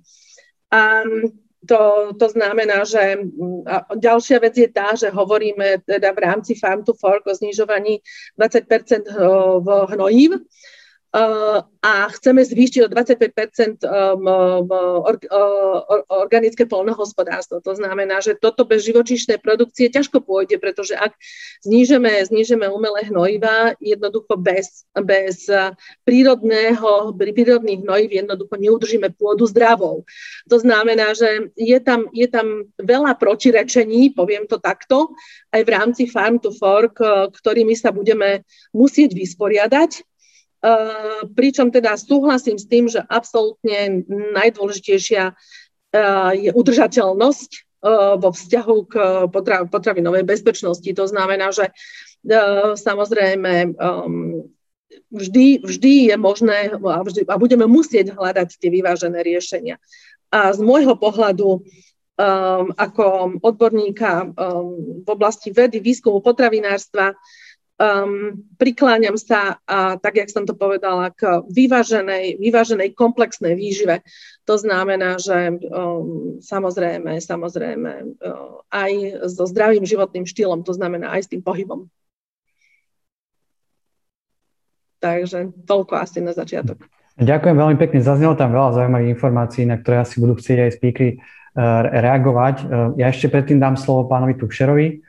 To znamená, že ďalšia vec je tá, že hovoríme teda v rámci Farm to Fork o znižovaní 20% v hnojív, a chceme zvýšiť o 25% organické poľnohospodárstvo. To znamená, že toto bez živočíšnej produkcie ťažko pôjde, pretože ak znížime umelé hnojiva, jednoducho bez prírodných hnojív jednoducho neudržíme pôdu zdravou. To znamená, že je tam veľa protirečení, poviem to takto, aj v rámci Farm to Fork, ktorými sa budeme musieť vysporiadať. Pričom teda súhlasím s tým, že absolútne najdôležitejšia je udržateľnosť vo vzťahu k potravinovej bezpečnosti. To znamená, že samozrejme vždy je možné a budeme musieť hľadať tie vyvážené riešenia. A z môjho pohľadu ako odborníka v oblasti vedy, výskumu, potravinárstva prikláňam sa, tak jak som to povedala, k vyváženej komplexnej výžive. To znamená, že samozrejme aj so zdravým životným štýlom, to znamená aj s tým pohybom. Takže toľko asi na začiatok. Ďakujem veľmi pekne, zaznelo tam veľa zaujímavých informácií, na ktoré asi budú chcieť aj speakery reagovať. Ja ešte predtým dám slovo pánovi Tuchscherovi.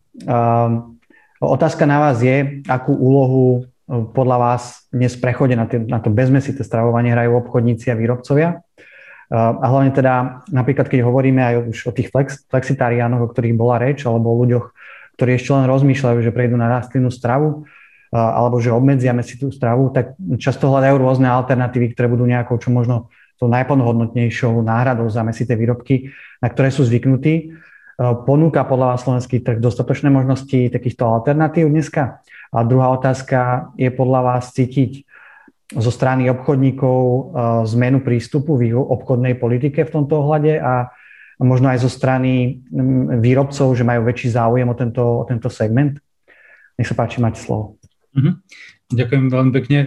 Otázka na vás je, akú úlohu podľa vás dnes v prechode na to bezmäsité stravovanie hrajú obchodníci a výrobcovia. A hlavne teda, napríklad, keď hovoríme aj už o tých flexitariánoch, o ktorých bola reč, alebo o ľuďoch, ktorí ešte len rozmýšľajú, že prejdú na rastlinnú stravu, alebo že obmedzia mäsitú stravu, tak často hľadajú rôzne alternatívy, ktoré budú nejakou čo možno tou najplnohodnotnejšou náhradou za mäsité výrobky, na ktoré sú zvyknutí. Ponúka podľa vás slovenský trh dostatočné možnosti takýchto alternatív dneska? A druhá otázka, je podľa vás cítiť zo strany obchodníkov zmenu prístupu v ich obchodnej politike v tomto ohľade a možno aj zo strany výrobcov, že majú väčší záujem o tento segment? Nech sa páči, máte slovo. Ďakujem veľmi pekne.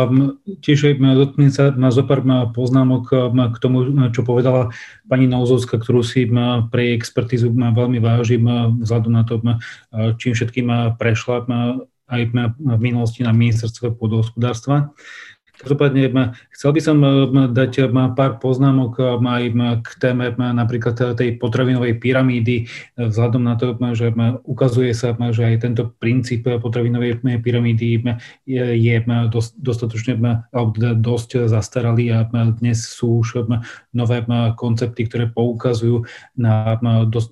Tiež dotknem sa zo pár poznámok k tomu, čo povedala pani Nouzovská, ktorú si pre jej expertízu veľmi vážim vzhľadom na to, čím všetkým prešla aj v minulosti na ministerstve pôdohospodárstva. Každopádne chcel by som dať pár poznámok aj k téme napríklad tej potravinovej pyramídy, vzhľadom na to, že ukazuje sa, že aj tento princíp potravinovej pyramídy je dostatočne alebo dosť zastaralý a dnes sú už nové koncepty, ktoré poukazujú na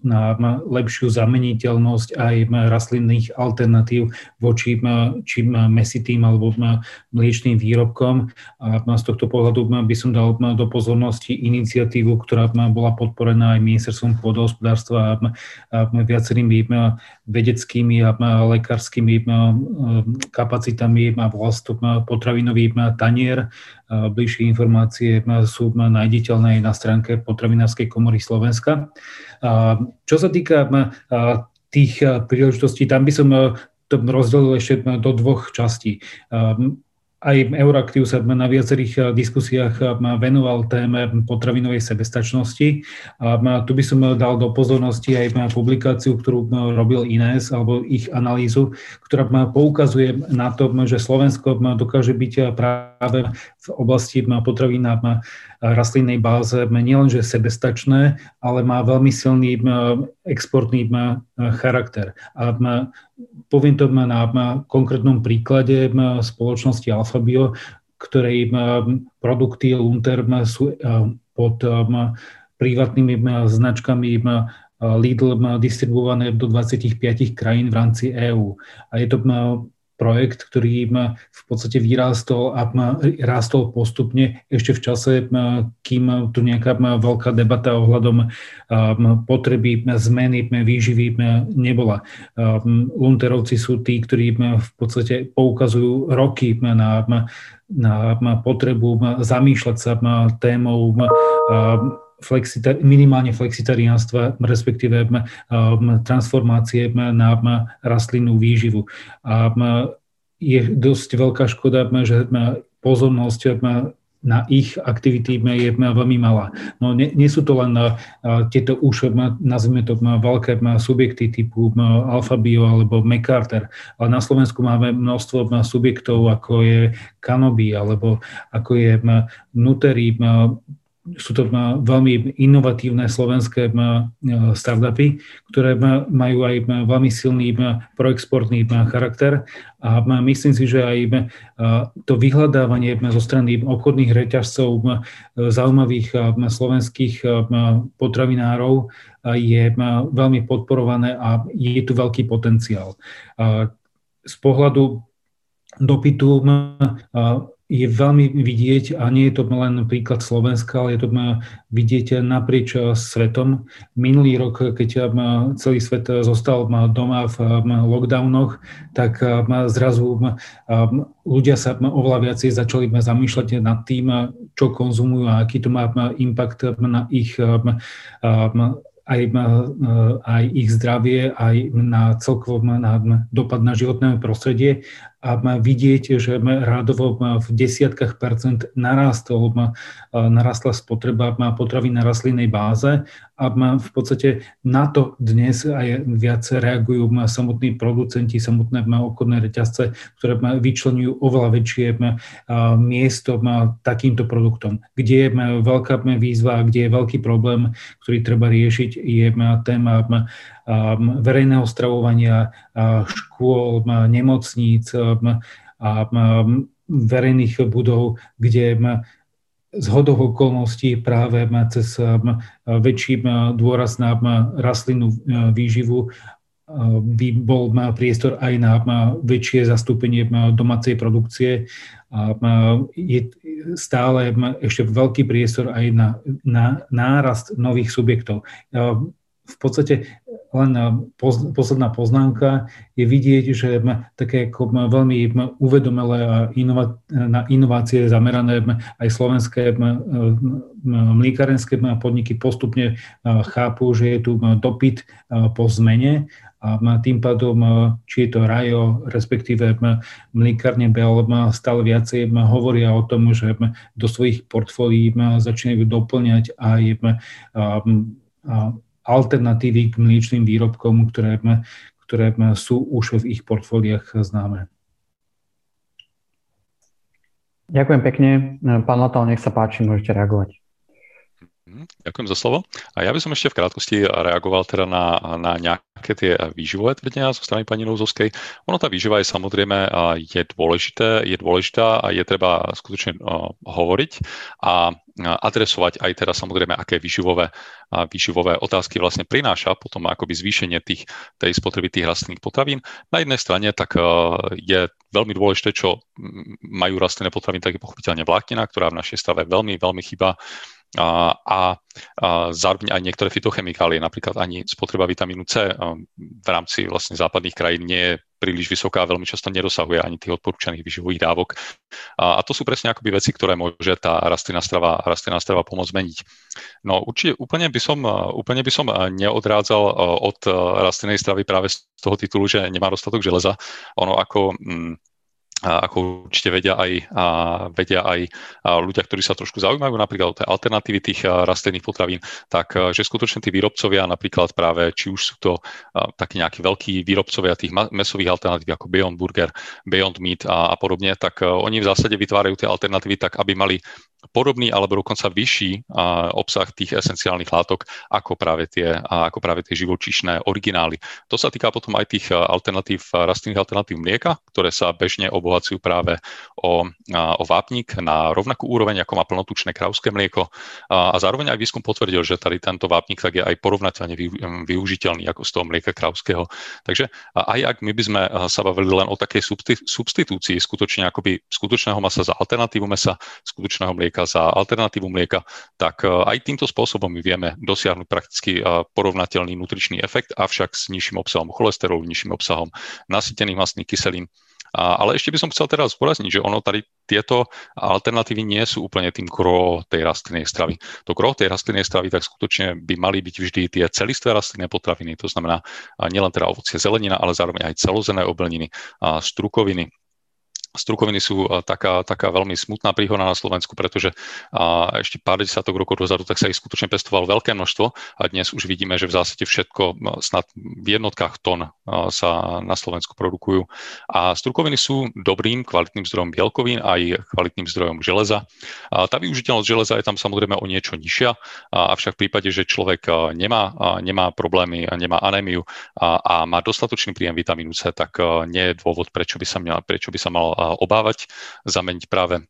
lepšiu zameniteľnosť aj rastlinných alternatív voči či mäsitým alebo mliečným výrobkom. A z tohto pohľadu by som dal do pozornosti iniciatívu, ktorá bola podporená aj ministerstvom pôdohospodárstva a viacerými vedeckými a lekárskymi kapacitami a vlastne potravinový tanier. Bližšie informácie sú nájditeľné aj na stránke Potravinárskej komory Slovenska. Čo sa týka tých príležitostí, tam by som to rozdelil ešte do dvoch častí. Aj Euraktiv sa na viacerých diskusiách venoval téme potravinovej sebestačnosti. Tu by som dal do pozornosti aj publikáciu, ktorú robil Ines, alebo ich analýzu, ktorá poukazuje na to, že Slovensko dokáže byť práve v oblasti potravín na rastlinnej báze nielenže sebestačné, ale má veľmi silný exportný charakter. A poviem to na konkrétnom príklade spoločnosti Alfabio, ktorej produkty Lunter sú pod privátnymi značkami Lidl distribuované do 25 krajín v rámci EÚ. A je to projekt, ktorý v podstate vyrástol a rástol postupne ešte v čase, kým tu nejaká veľká debata ohľadom potreby zmeny výživy nebola. Lunterovci sú tí, ktorí v podstate poukazujú roky na potrebu zamýšľať sa témou minimálne flexitariánstva, respektíve transformácie na rastlinnú výživu. A je dosť veľká škoda, že pozornosť na ich aktivity je veľmi malá. No nie sú to len tieto už, nazvime to, veľké subjekty typu Alfabio alebo McCarter, ale na Slovensku máme množstvo subjektov, ako je Canopy, alebo ako je Nuteri. Sú to veľmi inovatívne slovenské startupy, ktoré majú aj veľmi silný proexportný charakter a myslím si, že aj to vyhľadávanie zo strany obchodných reťazcov zaujímavých slovenských potravinárov je veľmi podporované a je tu veľký potenciál. Z pohľadu dopytu je veľmi vidieť, a nie je to len príklad Slovenska, ale je to vidieť naprieč svetom. Minulý rok, keď celý svet zostal doma v lockdownoch, tak zrazu ľudia sa oveľa viacej začali zamýšľať nad tým, čo konzumujú a aký to má impact na ich aj ich zdravie, aj na celkovo dopad na životné prostredie a vidieť, že rádovo v desiatkách percent narastla spotreba potravín na rastlinnej báze a v podstate na to dnes aj viac reagujú samotní producenti, samotné obchodné reťazce, ktoré vyčleňujú oveľa väčšie miesto takýmto produktom. Kde je veľká výzva, kde je veľký problém, ktorý treba riešiť, je téma verejného stravovania, škôl, nemocníc a verejných budov, kde zhodou okolností práve cez väčší dôraz na rastlinnú výživu by bol priestor aj na väčšie zastúpenie domácej produkcie. Je stále ešte veľký priestor aj na nárast nových subjektov. v podstate len posledná poznámka je vidieť, že také ako veľmi uvedomelé a na inovácie zamerané aj slovenské mliekárenské podniky postupne chápu, že je tu dopyt po zmene a tým pádom, či je to Rajo, respektíve mliekárne Bell stále viacej hovoria o tom, že do svojich portfólií začínajú doplňať aj alternatívy k mliečnym výrobkom, ktoré sú už v ich portfóliách známe. Ďakujem pekne. Pán Latal, nech sa páči, môžete reagovať. Ďakujem za slovo. A ja by som ešte v krátkosti reagoval teda na nejaké tie výživové tvrdenia zo strany pani Nouzovskej. Ono tá výživa je samozrejme je dôležitá a je treba skutočne hovoriť a adresovať aj teda samozrejme, aké výživové otázky vlastne prináša potom akoby zvýšenie tej spotreby tých rastlinných potravín. Na jednej strane tak je veľmi dôležité, čo majú rastlinné potraviny, tak je pochopiteľne vláknina, ktorá v našej strave veľmi, veľmi chýba. A zároveň aj niektoré fytochemikálie, napríklad ani spotreba vitamínu C v rámci vlastne západných krajín nie je príliš vysoká a veľmi často nedosahuje ani tých odporúčaných výživových dávok. A to sú presne akoby veci, ktoré môže tá rastlinná strava pomôcť zmeniť. No určite úplne by som neodrádzal od rastlinnej stravy práve z toho titulu, že nemá dostatok železa. Ono ako určite vedia aj ľudia, ktorí sa trošku zaujímajú napríklad o tie alternatívy tých rastlinných potravín, tak že skutočne tí výrobcovia, napríklad práve, či už sú to takí nejakí veľkí výrobcovia tých mäsových alternatív ako Beyond Burger, Beyond Meat a podobne, tak oni v zásade vytvárajú tie alternatívy tak, aby mali podobný alebo dokonca vyšší obsah tých esenciálnych látok ako práve tie živočíšne originály. To sa týka potom aj tých rastlinných alternatív mlieka, ktoré sa bežne obohacujú práve o vápnik na rovnakú úroveň, ako má plnotučné kravské mlieko. A zároveň aj výskum potvrdil, že tady tento vápnik tak je aj porovnateľne využiteľný ako z toho mlieka kravského. Takže aj ak my by sme sa bavili len o takej substitúcii skutočného masa za alternatívu mesa, skutočného mlieka za alternatívu mlieka, tak aj týmto spôsobom my vieme dosiahnuť prakticky porovnateľný nutričný efekt, avšak s nižším obsahom cholesterolu, nižším obsahom nasýtených mastných kyselín. Ale ešte by som chcel teraz zdôrazniť, že ono tady tieto alternatívy nie sú úplne tým gros tej rastlinnej stravy. To gros tej rastlinnej stravy tak skutočne by mali byť vždy tie celistvé rastlinné potraviny, to znamená nielen teda ovocie, zelenina, ale zároveň aj celozenné obilniny, strukoviny. Strukoviny sú taká veľmi smutná príhoda na Slovensku, pretože ešte pár desiatok rokov dozadu tak sa ich skutočne pestovalo veľké množstvo a dnes už vidíme, že v zásade všetko snad v jednotkách tón sa na Slovensku produkujú. A strukoviny sú dobrým, kvalitným zdrojom bielkovín aj kvalitným zdrojom železa. Tá využiteľnosť železa je tam samozrejme o niečo nižšia, avšak v prípade, že človek nemá problémy, nemá anémiu a má dostatočný príjem vitamínu C, tak nie je dôvod, prečo by sa mal obávať, zameniť práve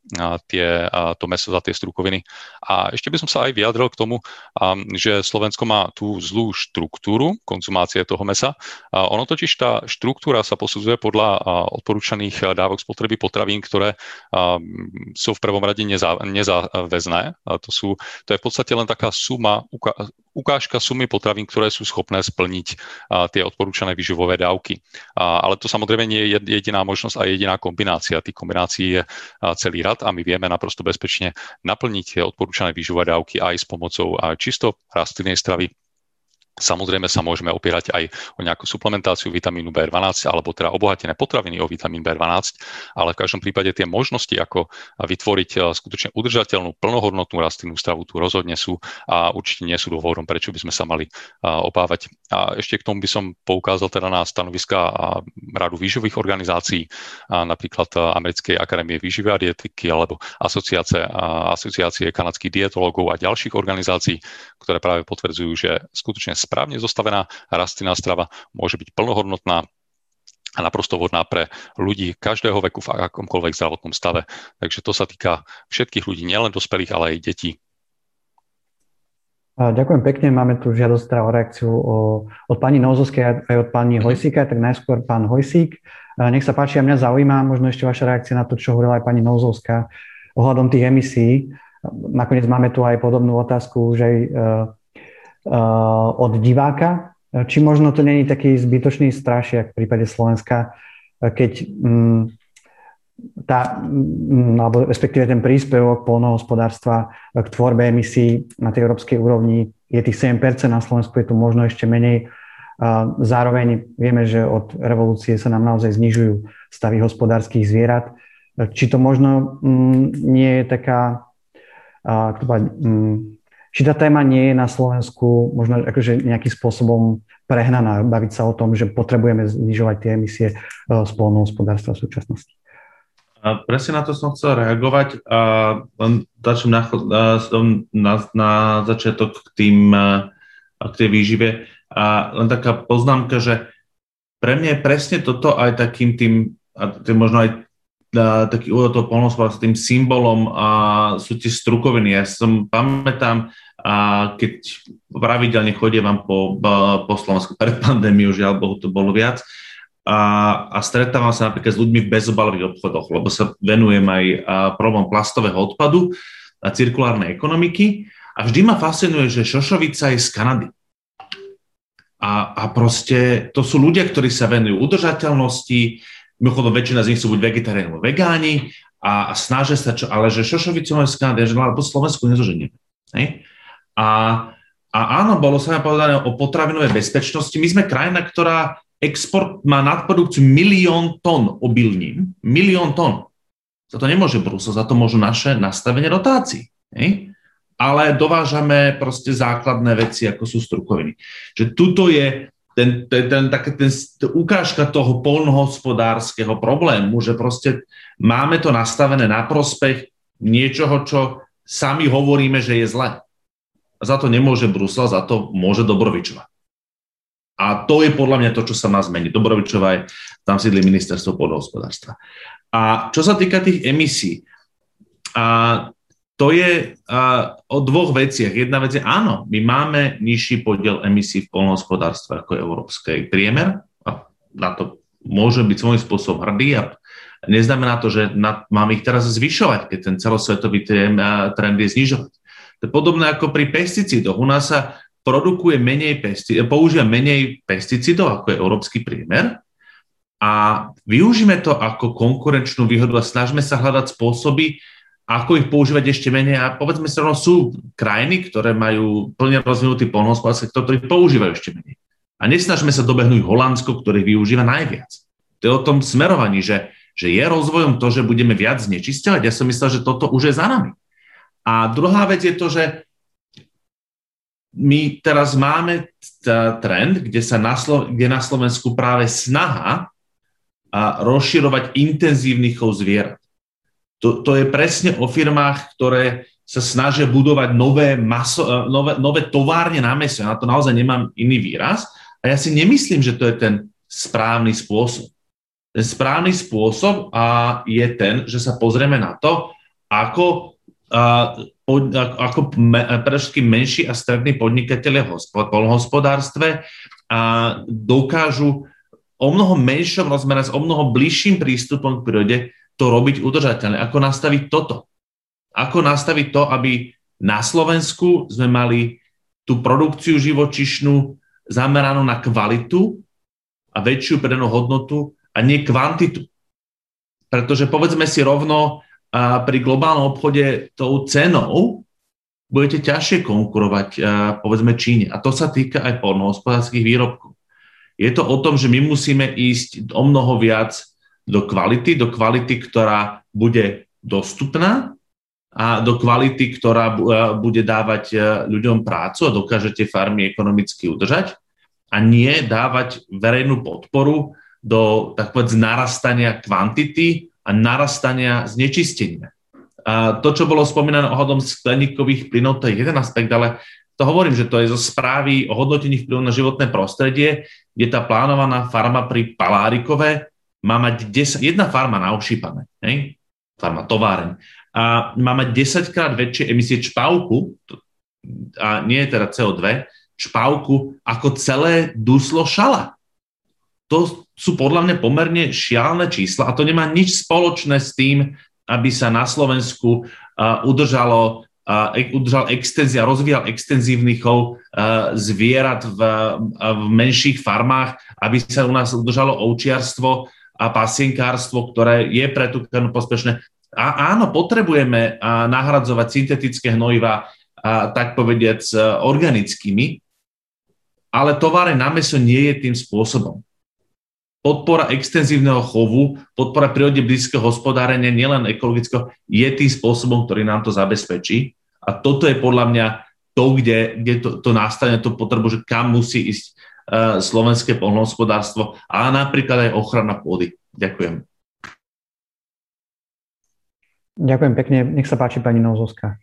to mäso za tie strukoviny. A ešte by som sa aj vyjadril k tomu, že Slovensko má tú zlú štruktúru konzumácie toho mäsa. Ono totiž tá štruktúra sa posudzuje podľa odporúčaných dávok spotreby potravín, ktoré sú v prvom rade nezáväzné. To je v podstate len taká ukážka sumy potravín, ktoré sú schopné splniť tie odporúčané výživové dávky. Ale to samozrejme nie je jediná možnosť a jediná kombinácia. Tých kombinácií je celý rad a my vieme naprosto bezpečne naplniť tie odporúčané výživové dávky aj s pomocou čisto rastlinnej stravy. Samozrejme sa môžeme opierať aj o nejakú suplementáciu vitamínu B12 alebo teda obohatené potraviny o vitamín B12, ale v každom prípade tie možnosti, ako vytvoriť skutočne udržateľnú, plnohodnotnú rastlinnú stravu tu rozhodne sú a určite nie sú dôvodom, prečo by sme sa mali obávať. A ešte k tomu by som poukázal teda na stanoviská Radu výživových organizácií, napríklad Americkej akadémie výživy a dietiky alebo asociácie kanadských dietológov a ďalších organizácií, ktoré práve potvrdzujú, že skutočne správne zostavená rastlinná strava môže byť plnohodnotná a naprosto vhodná pre ľudí každého veku v akomkoľvek zdravotnom stave. Takže to sa týka všetkých ľudí, nielen dospelých, ale aj detí. Ďakujem pekne. Máme tu žiadosť o reakciu od pani Nouzovskej aj od pani Hojsíka, tak najskôr pán Hojsík. Nech sa páči, a mňa zaujíma možno ešte vaša reakcia na to, čo hovorila aj pani Nouzovská ohľadom tých emisí. Nakoniec máme tu aj podobnú otázku, že od diváka. Či možno to není taký zbytočný strašiak v prípade Slovenska, keď alebo respektíve ten príspevok poľnohospodárstva k tvorbe emisí na tej európskej úrovni je tých 7%, na Slovensku je tu možno ešte menej. Zároveň vieme, že od revolúcie sa nám naozaj znižujú stavy hospodárskych zvierat. Či to možno nie je taká, či tá téma nie je na Slovensku možno akože nejakým spôsobom prehnaná, baviť sa o tom, že potrebujeme znižovať tie emisie z poľnohospodárstva v súčasnosti. Presne na to som chcel reagovať. Len začnem na začiatok k tej výžive. Len taká poznámka, že pre mňa je presne toto aj takým tým možno aj taký úvod toho poľnohospodárstva, tým symbolom sú tie strukoviny. Ja pamätám, keď pravidelne chodievam po Slovensku pred pandémiou, žiaľ Bohu, to bolo viac, a stretávam sa napríklad s ľuďmi v bezobalových obchodoch, lebo sa venujem aj problém plastového odpadu a cirkulárnej ekonomiky a vždy ma fascinuje, že šošovica je z Kanady. A proste to sú ľudia, ktorí sa venujú udržateľnosti, mimochodom väčšina z nich sú buď vegetariáni alebo vegáni a snažia sa, ale že šošovicu majú z Kanady, že po Slovensku nezoženieme. A áno, bolo sa mi povedané o potravinovej bezpečnosti. My sme krajina, ktorá export má nadprodukciu 1 000 000 tón obilnín. 1 000 000 tón. Za to nemôže Brusel, za to môžu naše nastavenie dotácií. Ale dovážame proste základné veci, ako sú strukoviny. Že tuto je ukážka toho poľnohospodárskeho problému, že proste máme to nastavené na prospech niečoho, čo sami hovoríme, že je zle. A za to nemôže Brusel, za to môže Dobrovičová. A to je podľa mňa to, čo sa má zmeniť. Dobrovičová je, tam sídli ministerstvo poľnohospodárstva. A čo sa týka tých emisí, to je o dvoch veciach. Jedna vec je, áno, my máme nižší podiel emisí v poľnohospodárstve ako európskej priemer a na to môže byť svojím spôsobom hrdý a neznamená to, že máme ich teraz zvyšovať, keď ten celosvetový trend je znižovať. To je podobné ako pri pesticídoch. U nás sa používa menej pesticídov ako je európsky priemer a využíme to ako konkurenčnú výhodu a snažíme sa hľadať spôsoby, ako ich používať ešte menej. A povedzme si, sú krajiny, ktoré majú plne rozvinutý poľnohospodársky sektor, ktorí používajú ešte menej. A nesnažíme sa dobehnúť Holandsko, ktoré využíva najviac. To je o tom smerovaní, že je rozvojom to, že budeme viac znečisťovať. Ja som myslel, že toto už je za nami. A druhá vec je to, že my teraz máme trend, kde na Slovensku práve snaha rozširovať intenzívny chov zvierat. To je presne o firmách, ktoré sa snažia budovať nové továrne na mäso. Ja na to naozaj nemám iný výraz. A ja si nemyslím, že to je ten správny spôsob. Ten správny spôsob je ten, že sa pozrieme na to, ako predovšetkým menší a strední podnikatelia v poľnohospodárstve dokážu o mnoho menšom rozmere, s o mnoho bližším prístupom k prírode to robiť udržateľné. Ako nastaviť toto? Ako nastaviť to, aby na Slovensku sme mali tú produkciu živočíšnu zameranú na kvalitu a väčšiu pridanú hodnotu a nie kvantitu. Pretože povedzme si rovno, pri globálnom obchode tou cenou budete ťažšie konkurovať, povedzme, Číne. A to sa týka aj poľnohospodárskych výrobkov. Je to o tom, že my musíme ísť o mnoho viac do kvality, ktorá bude dostupná a do kvality, ktorá bude dávať ľuďom prácu a dokáže tie farmy ekonomicky udržať a nie dávať verejnú podporu do narastania kvantity a narastania znečistenia. A to, čo bolo spomínané ohľadom skleníkových plynov, to je jeden aspekt, ale to hovorím, že to je zo správy o hodnotení vplyvu na životné prostredie, kde tá plánovaná farma pri Palárikove má mať jedna farma na Ošípané, farma továreň, a má mať 10-krát väčšie emisie čpavku, a nie je teda CO2, čpavku ako celé Duslo Šala. To sú podľa mňa pomerne šialené čísla a to nemá nič spoločné s tým, aby sa na Slovensku udržalo rozvíjal extenzívny chov zvierat v menších farmách, aby sa u nás udržalo ovčiarstvo a pasienkárstvo, ktoré je pre tú krajinu prospešné. A áno, potrebujeme nahradzovať syntetické hnojivá, tak povediac, organickými, ale továrne na mäso nie je tým spôsobom. Podpora extenzívneho chovu, podpora prírode blízkeho hospodárenia, nielen ekologického, je tým spôsobom, ktorý nám to zabezpečí. A toto je podľa mňa to, kde to nastane, tú potrebu, že kam musí ísť slovenské poľnohospodárstvo a napríklad aj ochrana pôdy. Ďakujem. Ďakujem pekne. Nech sa páči, pani Nouzovská.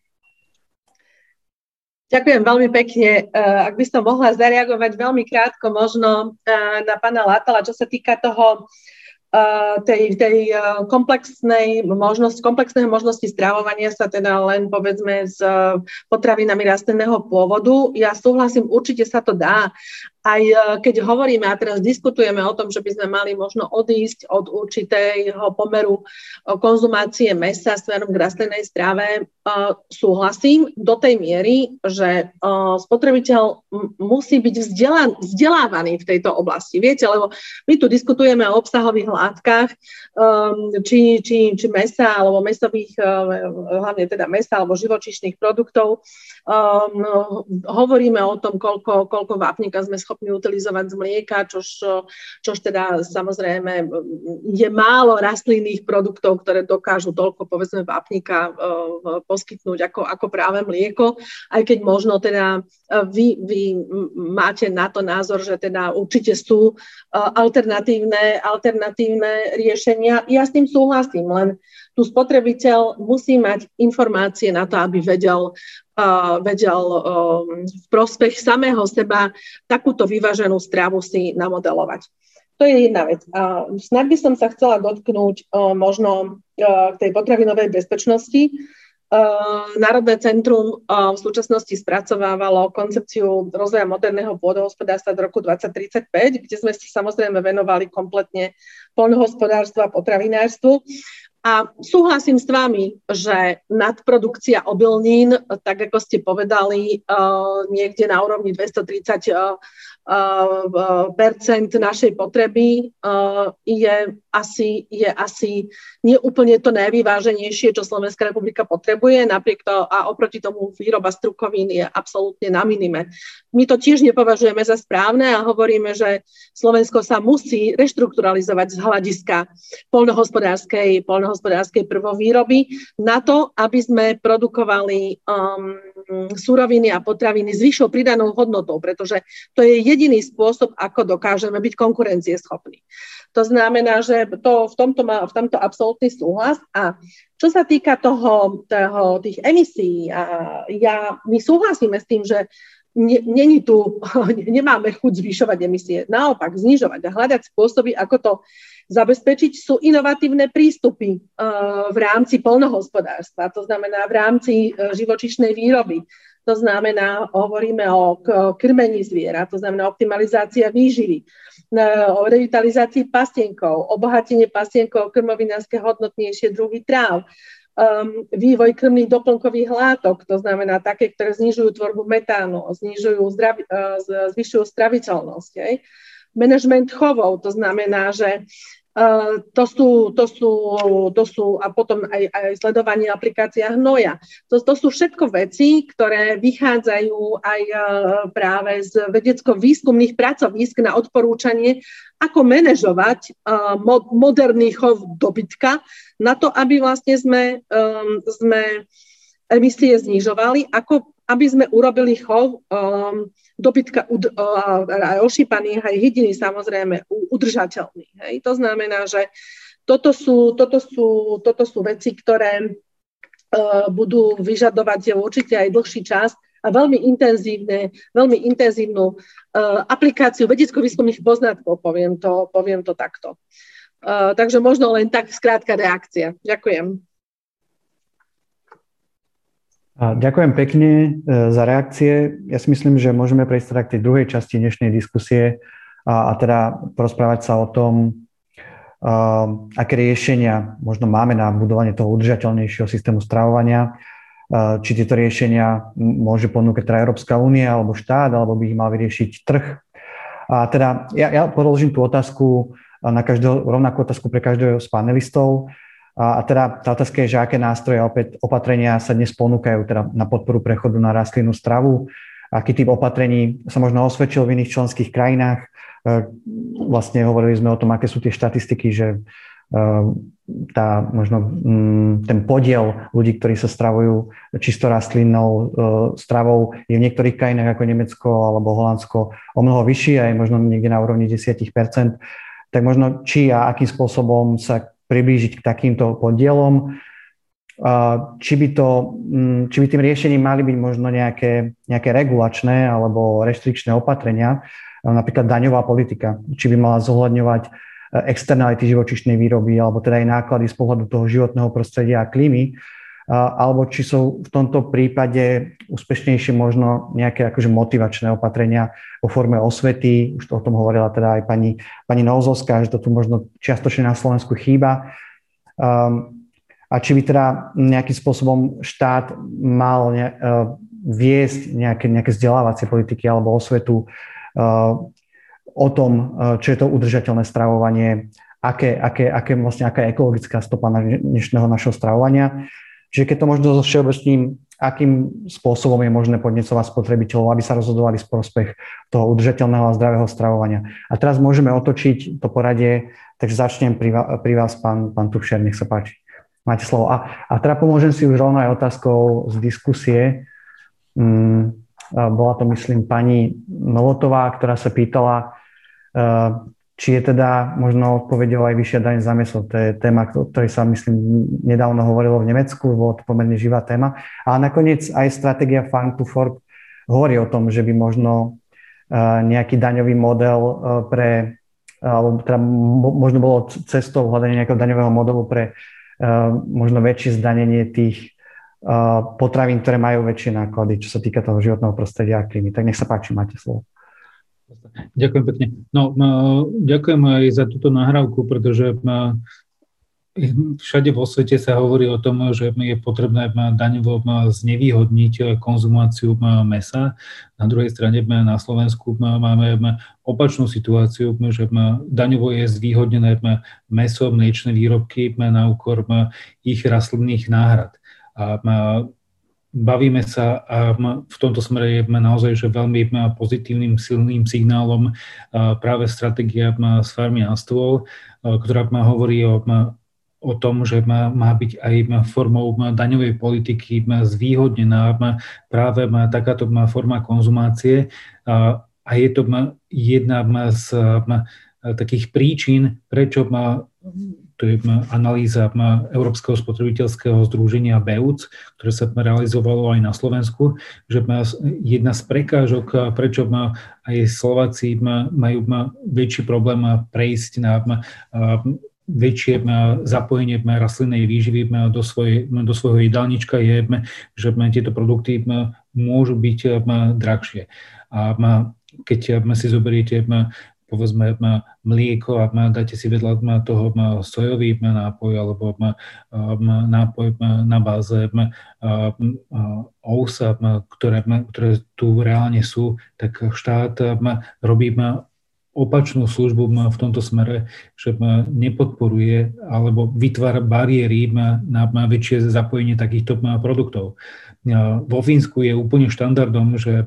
Ďakujem veľmi pekne. Ak by som mohla zareagovať veľmi krátko možno na pána Látala, čo sa týka toho tej komplexnej možnosti stravovania sa teda len povedzme s potravinami rastlinného pôvodu. Ja súhlasím, určite sa to dá. Aj keď hovoríme a teraz diskutujeme o tom, že by sme mali možno odísť od určitého pomeru konzumácie mäsa smerom k rastlinnej strave, súhlasím do tej miery, že spotrebiteľ musí byť vzdelávaný v tejto oblasti. Viete, lebo my tu diskutujeme o obsahových látkach, či mäsa, alebo mäsových, hlavne teda mäsa, alebo živočíšnych produktov. Hovoríme o tom, koľko vápnika sme schopní utilizovať z mlieka, čož teda samozrejme je málo rastlinných produktov, ktoré dokážu toľko, povedzme, vápnika poskytnúť ako práve mlieko, aj keď možno teda vy máte na to názor, že teda určite sú alternatívne riešenia. Ja s tým súhlasím, len tu spotrebiteľ musí mať informácie na to, aby vedel v prospech samého seba takúto vyváženú stravu si namodelovať. To je jedna vec. Snad by som sa chcela dotknúť možno tej potravinovej bezpečnosti. Národné centrum v súčasnosti spracovávalo koncepciu rozvoja moderného pôdohospodárstva do roku 2035, kde sme si samozrejme venovali kompletne poľnohospodárstvu a potravinárstvu. A súhlasím s vami, že nadprodukcia obilnín, tak ako ste povedali, niekde na úrovni 230% našej potreby je asi nie úplne to najvyváženejšie, čo Slovenská republika potrebuje, a oproti tomu výroba strukovín je absolútne na minime. My to tiež nepovažujeme za správne a hovoríme, že Slovensko sa musí reštrukturalizovať z hľadiska poľnohospodárskej prvovýroby na to, aby sme produkovali suroviny a potraviny s vyššou pridanou hodnotou, pretože to je jediný spôsob, ako dokážeme byť konkurencieschopní. To znamená, že v tomto absolútny súhlas. A čo sa týka tých emisí, my súhlasíme s tým, že nemáme chuť zvyšovať emisie, naopak znižovať a hľadať spôsoby, ako to zabezpečiť. Sú inovatívne prístupy v rámci poľnohospodárstva, to znamená v rámci živočíšnej výroby. To znamená, hovoríme o krmení zvierat, to znamená optimalizácia výživy, o revitalizácii pasienkov, obohatenie pasienkov, krmovinárske hodnotnejšie druhy tráv, vývoj krmných doplnkových látok, to znamená také, ktoré znižujú tvorbu metánu, zvyšujú straviteľnosť. Management chovov, to znamená, že to sú a potom aj sledovanie aplikácia hnoja. To sú všetko veci, ktoré vychádzajú aj práve z vedecko-výskumných pracovísk na odporúčanie, ako manažovať moderný chov dobytka na to, aby vlastne sme emisie znižovali, aby sme urobili chov dobytka aj ošípaných, aj hydiny samozrejme udržateľný. Hej. To znamená, že toto sú veci, ktoré budú vyžadovať určite aj dlhší čas a veľmi intenzívnu aplikáciu vedecko-výskumných poznatkov, poviem to takto. Takže možno len tak skrátka reakcia. Ďakujem. Ďakujem pekne za reakcie. Ja si myslím, že môžeme prejsť teda k tej druhej časti dnešnej diskusie a teda porozprávať sa o tom, aké riešenia možno máme na budovanie toho udržateľnejšieho systému stravovania. či tieto riešenia môže ponúkať teda Európska únia alebo štát, alebo by ich mal vyriešiť trh. A teda ja položím tú otázku rovnakú otázku pre každého z panelistov. A teda tá otázka je, že aké nástroje a opäť opatrenia sa dnes ponúkajú teda na podporu prechodu na rastlinnú stravu, aký typ opatrení sa možno osvedčil v iných členských krajinách. Vlastne hovorili sme o tom, aké sú tie štatistiky, že ten podiel ľudí, ktorí sa stravujú čisto rastlinnou stravou, je v niektorých krajinách ako Nemecko alebo Holandsko o mnoho vyšší a je možno niekde na úrovni 10%. Tak možno či a akým spôsobom sa priblížiť k takýmto podielom, či by tým riešením mali byť možno nejaké regulačné alebo reštrikčné opatrenia, napríklad daňová politika, či by mala zohľadňovať externality živočíšnej výroby alebo teda aj náklady z pohľadu toho životného prostredia a klímy, alebo či sú v tomto prípade úspešnejšie možno nejaké akože motivačné opatrenia vo forme osvety, už to o tom hovorila teda aj pani Nouzovská, že to tu možno čiastočne na Slovensku chýba. A či by teda nejakým spôsobom štát mal viesť nejaké vzdelávacie politiky alebo osvetu o tom, čo je to udržateľné stravovanie, aká je ekologická stopa dnešného našeho stravovania. Čiže keď to možno so všeobecným, akým spôsobom je možné podnecovať spotrebiteľov, aby sa rozhodovali v prospech toho udržateľného a zdravého stravovania. A teraz môžeme otočiť to poradie, takže začnem pri vás, pán Tuchscherer, nech sa páči. Máte slovo. A teda pomôžem si už rovno aj otázkou z diskusie. Bola to, myslím, pani Novotová, ktorá sa pýtala, či je teda možno odpovedou aj vyššia daň za mäso. To je téma, o ktorej sa, myslím, nedávno hovorilo v Nemecku, bolo to pomerne živá téma. A nakoniec aj stratégia Farm to Fork hovorí o tom, že by možno nejaký daňový model alebo teda možno bolo cestou hľadania nejakého daňového modelu pre možno väčšie zdanenie tých potravín, ktoré majú väčšie náklady, čo sa týka toho životného prostredia a klímy. Tak nech sa páči, máte slovo. Ďakujem pekne. Ďakujem aj za túto nahrávku, pretože všade vo svete sa hovorí o tom, že je potrebné daňovo znevýhodniť konzumáciu mäsa. Na druhej strane na Slovensku máme opačnú situáciu, že daňovo je zvýhodnené mäso, mliečne výrobky na úkor ich rastlinných náhrad. A bavíme sa a v tomto smere je naozaj že veľmi pozitívnym, silným signálom práve stratégia z farmy na stôl, ktorá hovorí o tom, že má byť aj formou daňovej politiky zvýhodnená práve takáto forma konzumácie a je to jedna z takých príčin, prečo to je analýza Európskeho spotrebiteľského združenia BEUC, ktoré sa realizovalo aj na Slovensku, že jedna z prekážok, prečo aj Slováci majú väčší problém prejsť na väčšie zapojenie rastlínnej výživy do svojho jedálnička je, že tieto produkty môžu byť drahšie. A keď si zoberiete povedzme mlieko a dáte si vedľa toho sojový nápoj alebo nápoj na báze ousa, ktoré tu reálne sú, tak štát robí opačnú službu v tomto smere, že nepodporuje alebo vytvára bariéry na väčšie zapojenie takýchto produktov. Vo Fínsku je úplne štandardom, že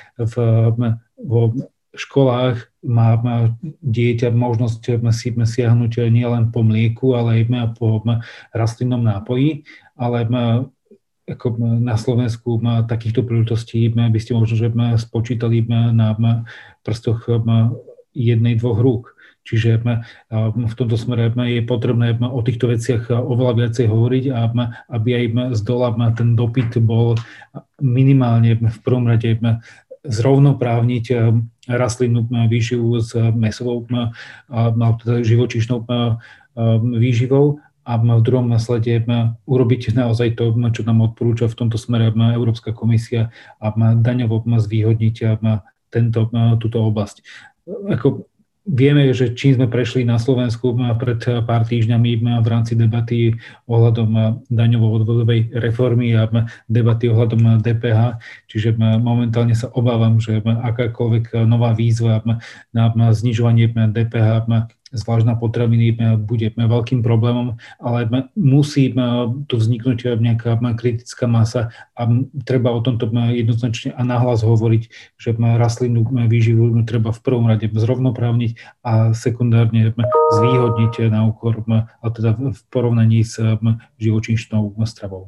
vo školách má dieťa možnosť si siahnuť nielen po mlieku, ale aj po rastlinnom nápoji, ale ako na Slovensku takýchto príležitostí by ste možno že spočítali na prstoch jednej, dvoch rúk. Čiže v tomto smere je potrebné o týchto veciach oveľa viacej hovoriť, aby aj z dola ten dopyt bol minimálne v prvom rade zrovnoprávniť rastlinnú výživu s mäsovou živočíšnou výživou a v druhom následne urobiť naozaj to, čo nám odporúča v tomto smere Európska komisia a daňovo zvýhodniť túto oblasť. Ako Vieme, že čím sme prešli na Slovensku pred pár týždňami v rámci debaty ohľadom daňovo-odvodovej reformy a debaty ohľadom DPH, čiže momentálne sa obávam, že akákoľvek nová výzva na znižovanie DPH, zvlášť na potraviny, bude veľkým problémom, ale musí tu vzniknúť nejaká kritická masa a treba o tomto jednoznačne a nahlas hovoriť, že rastlinnú výživu treba v prvom rade zrovnoprávniť a sekundárne zvýhodniť na úkor, a teda v porovnaní s živočíšnou stravou.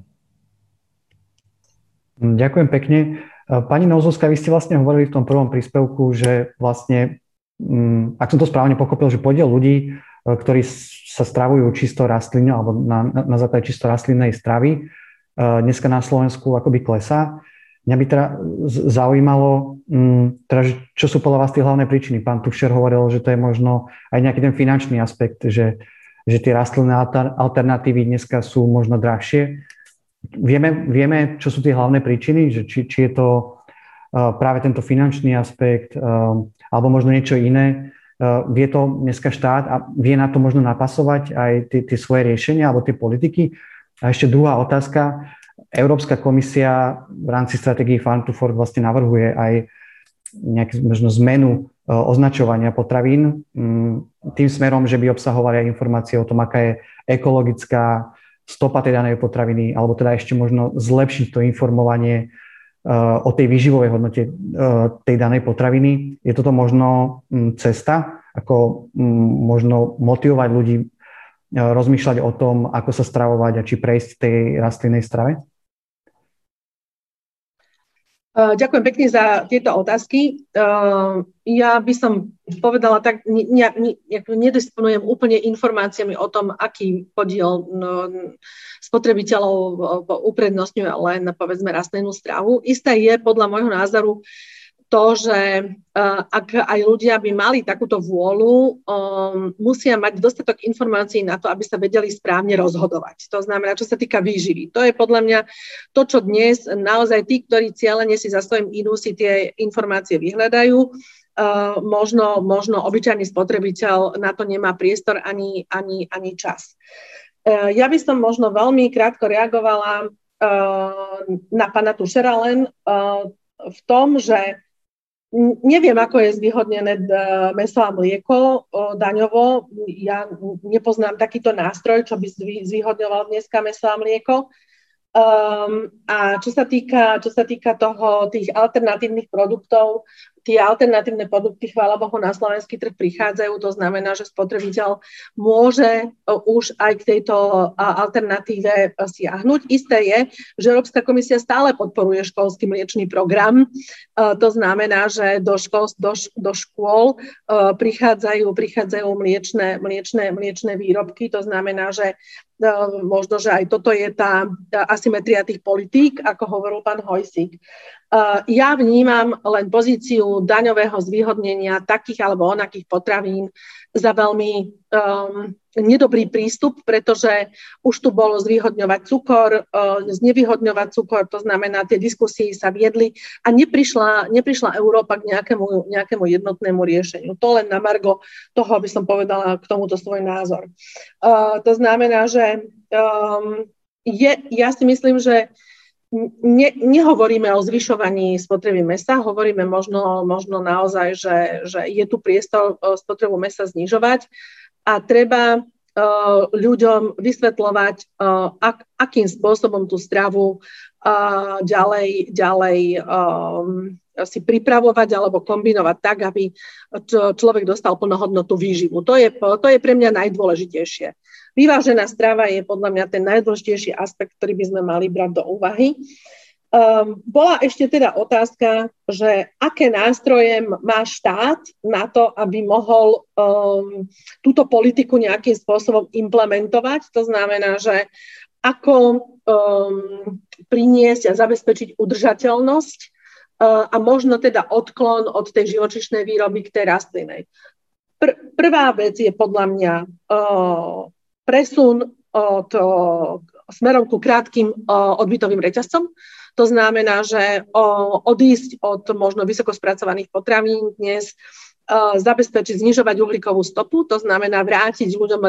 Ďakujem pekne. Pani Nouzovská, vy ste vlastne hovorili v tom prvom príspevku, že vlastne ak som to správne pochopil, že podiel ľudí, ktorí sa stravujú čisto rastlinne alebo na základe čisto rastlinnej stravy, dneska na Slovensku akoby klesá. Mňa by teda zaujímalo, teda, čo sú podľa vás tie hlavné príčiny. Pán Tušer hovoril, že to je možno aj nejaký ten finančný aspekt, že tie rastlinné alternatívy dneska sú možno drahšie. Vieme, čo sú tie hlavné príčiny, že či je to práve tento finančný aspekt, alebo možno niečo iné. Vie to dneska štát a vie na to možno napasovať aj tie svoje riešenia alebo tie politiky? A ešte druhá otázka. Európska komisia v rámci stratégie Farm to Fork vlastne navrhuje aj nejakú možno zmenu označovania potravín tým smerom, že by obsahovali aj informácie o tom, aká je ekologická stopa tej danej potraviny, alebo teda ešte možno zlepšiť to informovanie o tej výživovej hodnote tej danej potraviny. Je toto možno cesta, ako možno motivovať ľudí rozmýšľať o tom, ako sa stravovať a či prejsť tej rastlinnej strave? Ďakujem pekne za tieto otázky. Ja by som povedala tak, nedisponujem úplne informáciami o tom, aký podiel spotrebiteľov uprednostňuje len, povedzme, rastlinnú stravu. Isté je, podľa môjho názoru, to, že ak aj ľudia by mali takúto vôľu, musia mať dostatok informácií na to, aby sa vedeli správne rozhodovať. To znamená, čo sa týka výživy. To je podľa mňa to, čo dnes naozaj tí, ktorí cieľene si za svojím idú, si tie informácie vyhľadajú. Možno obyčajný spotrebiteľ na to nemá priestor ani čas. Ja by som možno veľmi krátko reagovala na pána Tušera len v tom, že neviem, ako je zvýhodnené mäso a mlieko daňovo. Ja nepoznám takýto nástroj, čo by zvýhodňoval dneska mäso a mlieko. A čo sa týka toho, tých alternatívnych produktov, tie alternatívne produkty, chvála Bohu, na slovenský trh prichádzajú, to znamená, že spotrebiteľ môže už aj k tejto alternatíve siahnuť. Isté je, že Európska komisia stále podporuje školský mliečny program. To znamená, že do škôl prichádzajú mliečne výrobky. To znamená, že možno, že aj toto je tá asymetria tých politík, ako hovoril pán Hojsík. Ja vnímam len pozíciu daňového zvýhodnenia takých alebo onakých potravín za veľmi nedobrý prístup, pretože už tu bolo zvýhodňovať cukor, znevýhodňovať cukor, to znamená, tie diskusie sa viedli a neprišla Európa k nejakému jednotnému riešeniu. To len na margo toho by som povedala k tomuto svoj názor. To znamená, že ja si myslím, že nehovoríme o zvyšovaní spotreby mäsa, hovoríme možno naozaj, že je tu priestor spotrebu mäsa znižovať a treba ľuďom vysvetľovať, akým spôsobom tú stravu ďalej si pripravovať alebo kombinovať tak, aby človek dostal plnohodnotnú výživu. To je pre mňa najdôležitejšie. Vyvážená strava je podľa mňa ten najdôležitejší aspekt, ktorý by sme mali brať do úvahy. Bola ešte teda otázka, že aké nástroje má štát na to, aby mohol túto politiku nejakým spôsobom implementovať. To znamená, že ako priniesť a zabezpečiť udržateľnosť a možno teda odklon od tej živočíšnej výroby k tej rastlinnej. Prvá vec je podľa mňa presun smerom ku krátkym odbytovým reťazcom. To znamená, že odísť od možno vysoko spracovaných potravín dnes zabezpečiť, znižovať uhlíkovú stopu, to znamená vrátiť ľuďom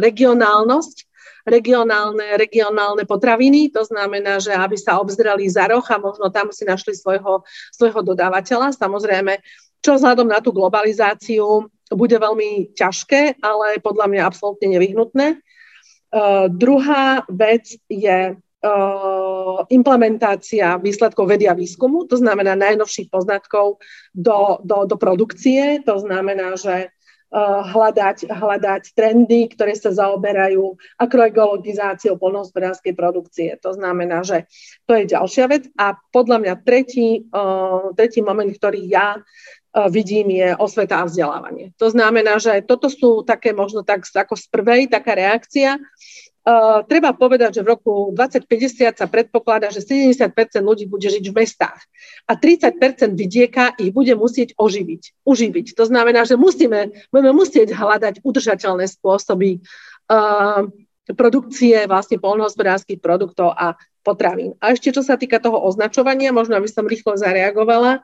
regionálne potraviny, to znamená, že aby sa obzreli za roh a možno tam si našli svojho dodávateľa. Samozrejme, čo vzhľadom na tú globalizáciu bude veľmi ťažké, ale podľa mňa absolútne nevyhnutné. Druhá vec je implementácia výsledkov vedy a výskumu, to znamená najnovších poznatkov do produkcie, to znamená, že hľadať trendy, ktoré sa zaoberajú agroekologizáciou poľnohospodárskej produkcie. To znamená, že to je ďalšia vec. A podľa mňa tretí moment, ktorý ja vidím, je osveta a vzdelávanie. To znamená, že toto sú také možno tak ako z prvej taká reakcia. Treba povedať, že v roku 2050 sa predpokladá, že 70% ľudí bude žiť v mestách a 30% vidieka ich bude musieť uživiť. To znamená, že budeme musieť hľadať udržateľné spôsoby produkcie vlastne poľnohospodárskych produktov a potravín. A ešte čo sa týka toho označovania, možno aby som rýchlo zareagovala,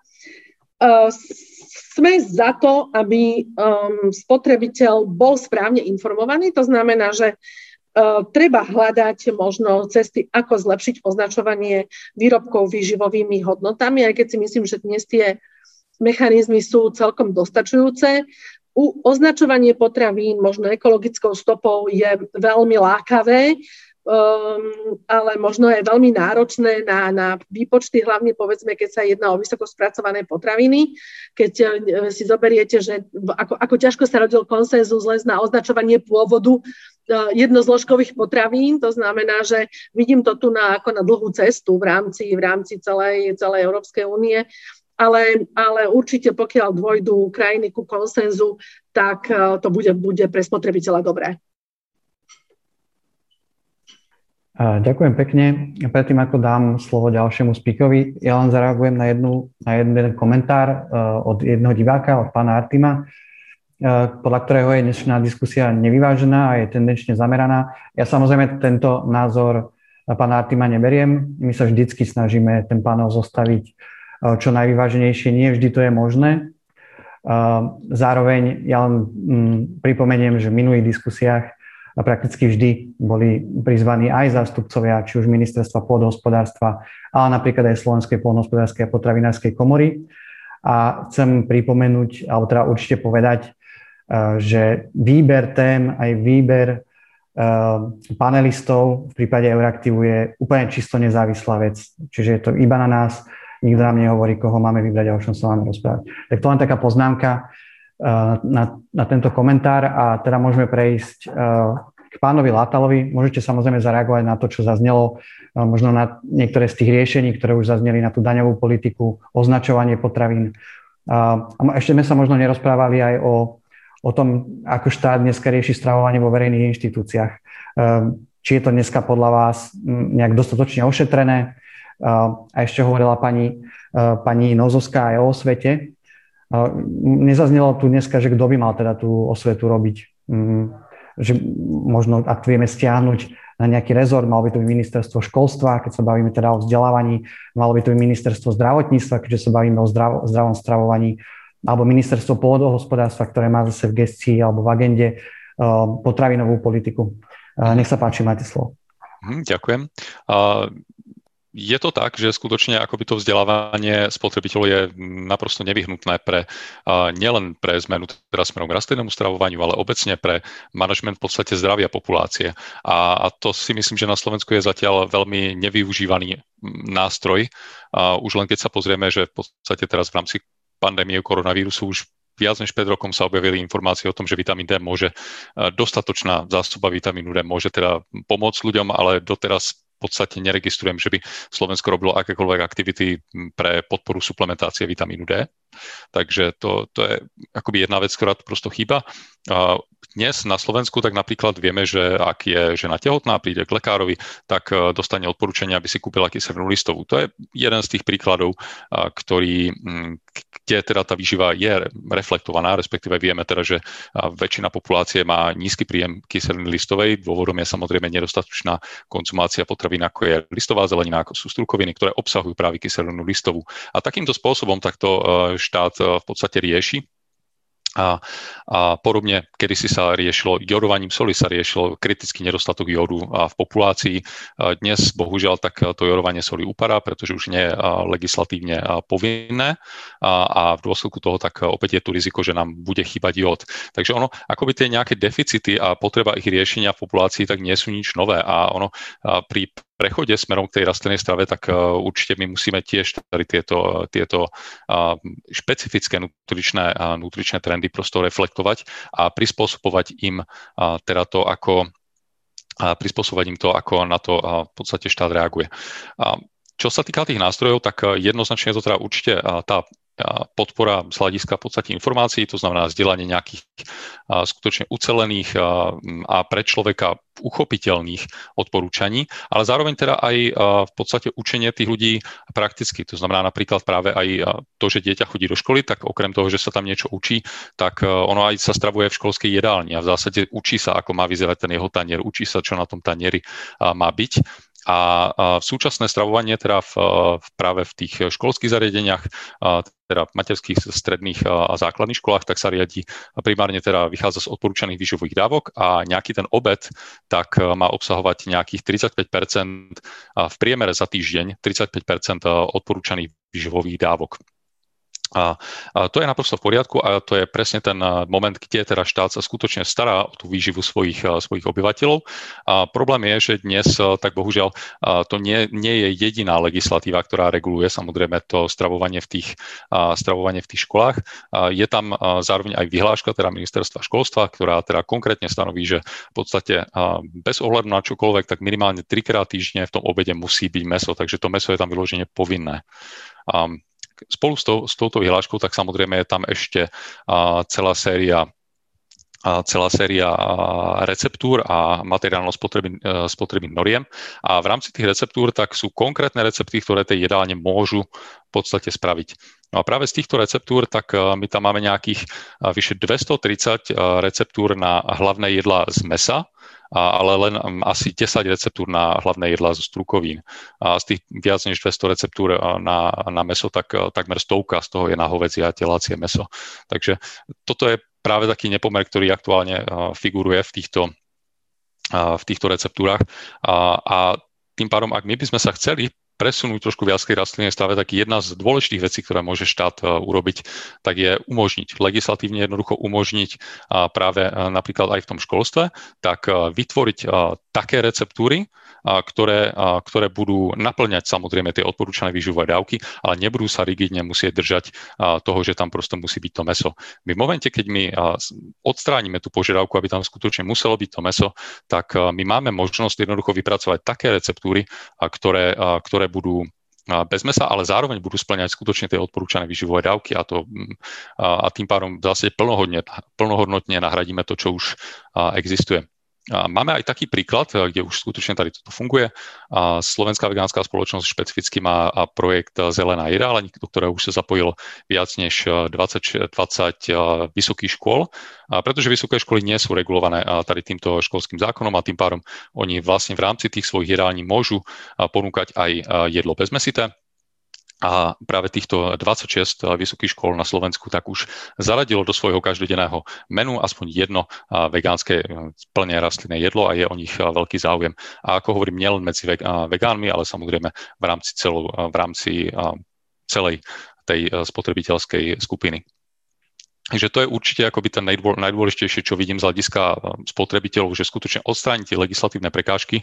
sme za to, aby spotrebiteľ bol správne informovaný. To znamená, že treba hľadať možno cesty, ako zlepšiť označovanie výrobkov výživovými hodnotami, aj keď si myslím, že dnes tie mechanizmy sú celkom dostačujúce. Označovanie potravín možno ekologickou stopou je veľmi lákavé, ale možno je veľmi náročné na výpočty, hlavne povedzme, keď sa jedná o vysoko spracované potraviny, keď si zoberiete, že ako ťažko sa rodil konsenzus na označovanie pôvodu jednozložkových potravín, to znamená, že vidím to tu ako na dlhú cestu v rámci celej Európskej únie, ale určite pokiaľ dôjdu krajiny ku konsenzu, tak to bude pre spotrebiteľa dobré. Ďakujem pekne. Predtým, ako dám slovo ďalšiemu speakovi, ja len zareagujem na jeden komentár od jedného diváka, od pána Artima, podľa ktorého je dnešná diskusia nevyvážená a je tendenčne zameraná. Ja samozrejme tento názor pána Artima neberiem. My sa vždycky snažíme ten panel zostaviť čo najvyváženejšie. Nie vždy to je možné. Zároveň ja len pripomeniem, že v minulých diskusiách a prakticky vždy boli prizvaní aj zástupcovia, či už ministerstva pôdohospodárstva, ale napríklad aj Slovenskej poľnohospodárskej a potravinárskej komory. A chcem pripomenúť, alebo teda určite povedať, že výber tém, aj výber panelistov v prípade Euraktivu je úplne čisto nezávislá vec. Čiže je to iba na nás, nikto nám nehovorí, koho máme vybrať a o čom sa máme rozprávať. Tak to len taká poznámka na tento komentár a teda môžeme prejsť k pánovi Látalovi. Môžete samozrejme zareagovať na to, čo zaznelo, možno na niektoré z tých riešení, ktoré už zazneli na tú daňovú politiku, označovanie potravín. A ešte sme sa možno nerozprávali aj o tom, ako štát dneska rieši stravovanie vo verejných inštitúciách. Či je to dneska podľa vás nejak dostatočne ošetrené? A ešte hovorila pani Nozovská aj o osvete. Nezaznelo tu dneska, že kto by mal teda tú osvetu robiť. Že možno, ak vieme stiahnuť na nejaký rezort, malo by to byť ministerstvo školstva, keď sa bavíme teda o vzdelávaní, malo by to byť ministerstvo zdravotníctva, keďže sa bavíme o zdravom stravovaní, alebo ministerstvo pôdohospodárstva, ktoré má zase v gestii alebo v agende potravinovú politiku. Nech sa páči, máte slovo. Ďakujem. Je to tak, že skutočne akoby to vzdelávanie spotrebiteľov je naprosto nevyhnutné nielen pre zmenu teraz smerom k rastlinnému stravovaniu, ale obecne pre manažment v podstate zdravia populácie. A to si myslím, že na Slovensku je zatiaľ veľmi nevyužívaný nástroj. Už len keď sa pozrieme, že v podstate teraz v rámci pandémie koronavírusu už viac než 5 rokov sa objavili informácie o tom, že vitamín D dostatočná zásoba vitamínu D môže teda pomôcť ľuďom, ale doteraz v podstate neregistrujem, že by Slovensko robilo akékoľvek aktivity pre podporu suplementácie vitamínu D. Takže to je akoby jedna vec, ktorá tu prosto chýba. Dnes na Slovensku tak napríklad vieme, že ak je žena tehotná, príde k lekárovi, tak dostane odporúčanie, aby si kúpila kyselinu listovú. To je jeden z tých príkladov, kde teda tá výživa je reflektovaná, respektíve vieme teda, že väčšina populácie má nízky príjem kyseliny listovej. Dôvodom je samozrejme nedostatočná konzumácia potravín, ako je listová zelenina, ako sú strukoviny, ktoré obsahujú práve kyselinu listovú. A takýmto spôsobom takto štát v podstate rieši A podobne, kedysi sa riešilo jodovaním soli, sa riešilo kritický nedostatok jodu v populácii. Dnes, bohužiaľ, tak to jodovanie soli upadá, pretože už nie je legislatívne povinné a v dôsledku toho tak opäť je tu riziko, že nám bude chýbať jód. Takže ono, akoby tie nejaké deficity a potreba ich riešenia v populácii, tak nie sú nič nové a ono pri prechode smerom k tej rastlinnej strave, tak určite my musíme tiež tady tieto špecifické nutričné trendy prosto reflektovať a prispôsobovať im teda to, ako na to v podstate štát reaguje. Čo sa týka tých nástrojov, tak jednoznačne je to teda určite tá podpora z hľadiska v podstate informácií, to znamená zdieľanie nejakých skutočne ucelených a pre človeka uchopiteľných odporúčaní, ale zároveň teda aj v podstate učenie tých ľudí prakticky. To znamená napríklad práve aj to, že dieťa chodí do školy, tak okrem toho, že sa tam niečo učí, tak ono aj sa stravuje v školskej jedálni a v zásade učí sa, ako má vyzerať ten jeho tanier, učí sa, čo na tom tanieri má byť. A súčasné stravovanie teda práve v tých školských zariadeniach, teda v materských, stredných a základných školách, tak sa riadi primárne teda vychádza z odporúčaných výživových dávok a nejaký ten obed tak má obsahovať nejakých 35% v priemere za týždeň, 35% odporúčaných výživových dávok. A to je naprosto v poriadku a to je presne ten moment, kde teda štát sa skutočne stará o tú výživu svojich obyvateľov. A problém je, že dnes, tak bohužiaľ, to nie je jediná legislatíva, ktorá reguluje samozrejme to stravovanie v tých školách. Je tam zároveň aj vyhláška teda ministerstva školstva, ktorá teda konkrétne stanoví, že v podstate bez ohľadu na čokoľvek, tak minimálne 3-krát týždne v tom obede musí byť mäso, takže to mäso je tam vyložene povinné. Spolu s touto vyhláškou, tak samozrejme je tam ešte celá séria receptúr a materiálno-spotreby noriem. A v rámci tých receptúr tak sú konkrétne recepty, ktoré tej jedálne môžu v podstate spraviť. No a práve z týchto receptúr, tak my tam máme nejakých vyše 230 receptúr na hlavné jedlá z mäsa, ale len asi 10 receptúr na hlavné jedlá zo strukovín. A z tých viac než 200 receptúr na mäso, tak takmer 100 z toho je na hovädzie a telácie mäso. Takže toto je práve taký nepomer, ktorý aktuálne figuruje v týchto receptúrach. A tým pádom, ak my by sme sa chceli presunúť trošku viac k rastlinnej strave, tak jedna z dôležitých vecí, ktoré môže štát urobiť, tak je umožniť, legislatívne jednoducho umožniť práve napríklad aj v tom školstve, tak vytvoriť také receptúry, ktoré budú naplňať samozrejme tie odporúčané výživové dávky, ale nebudú sa rigidne musieť držať toho, že tam prosto musí byť to mäso. My v momente, keď my odstránime tú požiadavku, aby tam skutočne muselo byť to mäso, tak my máme možnosť jednoducho vypracovať také receptúry, ktoré budú bez mäsa, ale zároveň budú spĺňať skutočne tie odporúčané výživové dávky a tým pádom zase plnohodnotne nahradíme to, čo už existuje. Máme aj taký príklad, kde už skutočne tady toto funguje. Slovenská vegánska spoločnosť špecificky má projekt Zelená jedáleň, do ktorého už sa zapojilo viac než 20 vysokých škôl, pretože vysoké školy nie sú regulované tady týmto školským zákonom a tým pádom oni vlastne v rámci tých svojich jedální môžu ponúkať aj jedlo bezmäsité. A práve týchto 26 vysokých škôl na Slovensku tak už zaradilo do svojho každodenného menu aspoň jedno vegánske plne rastlinné jedlo a je o nich veľký záujem. A ako hovorím, nielen medzi vegánmi, ale samozrejme v rámci celej tej spotrebiteľskej skupiny. Takže to je určite akoby ten najdôležitejšie, čo vidím z hľadiska spotrebiteľov, že skutočne odstrániť tie legislatívne prekážky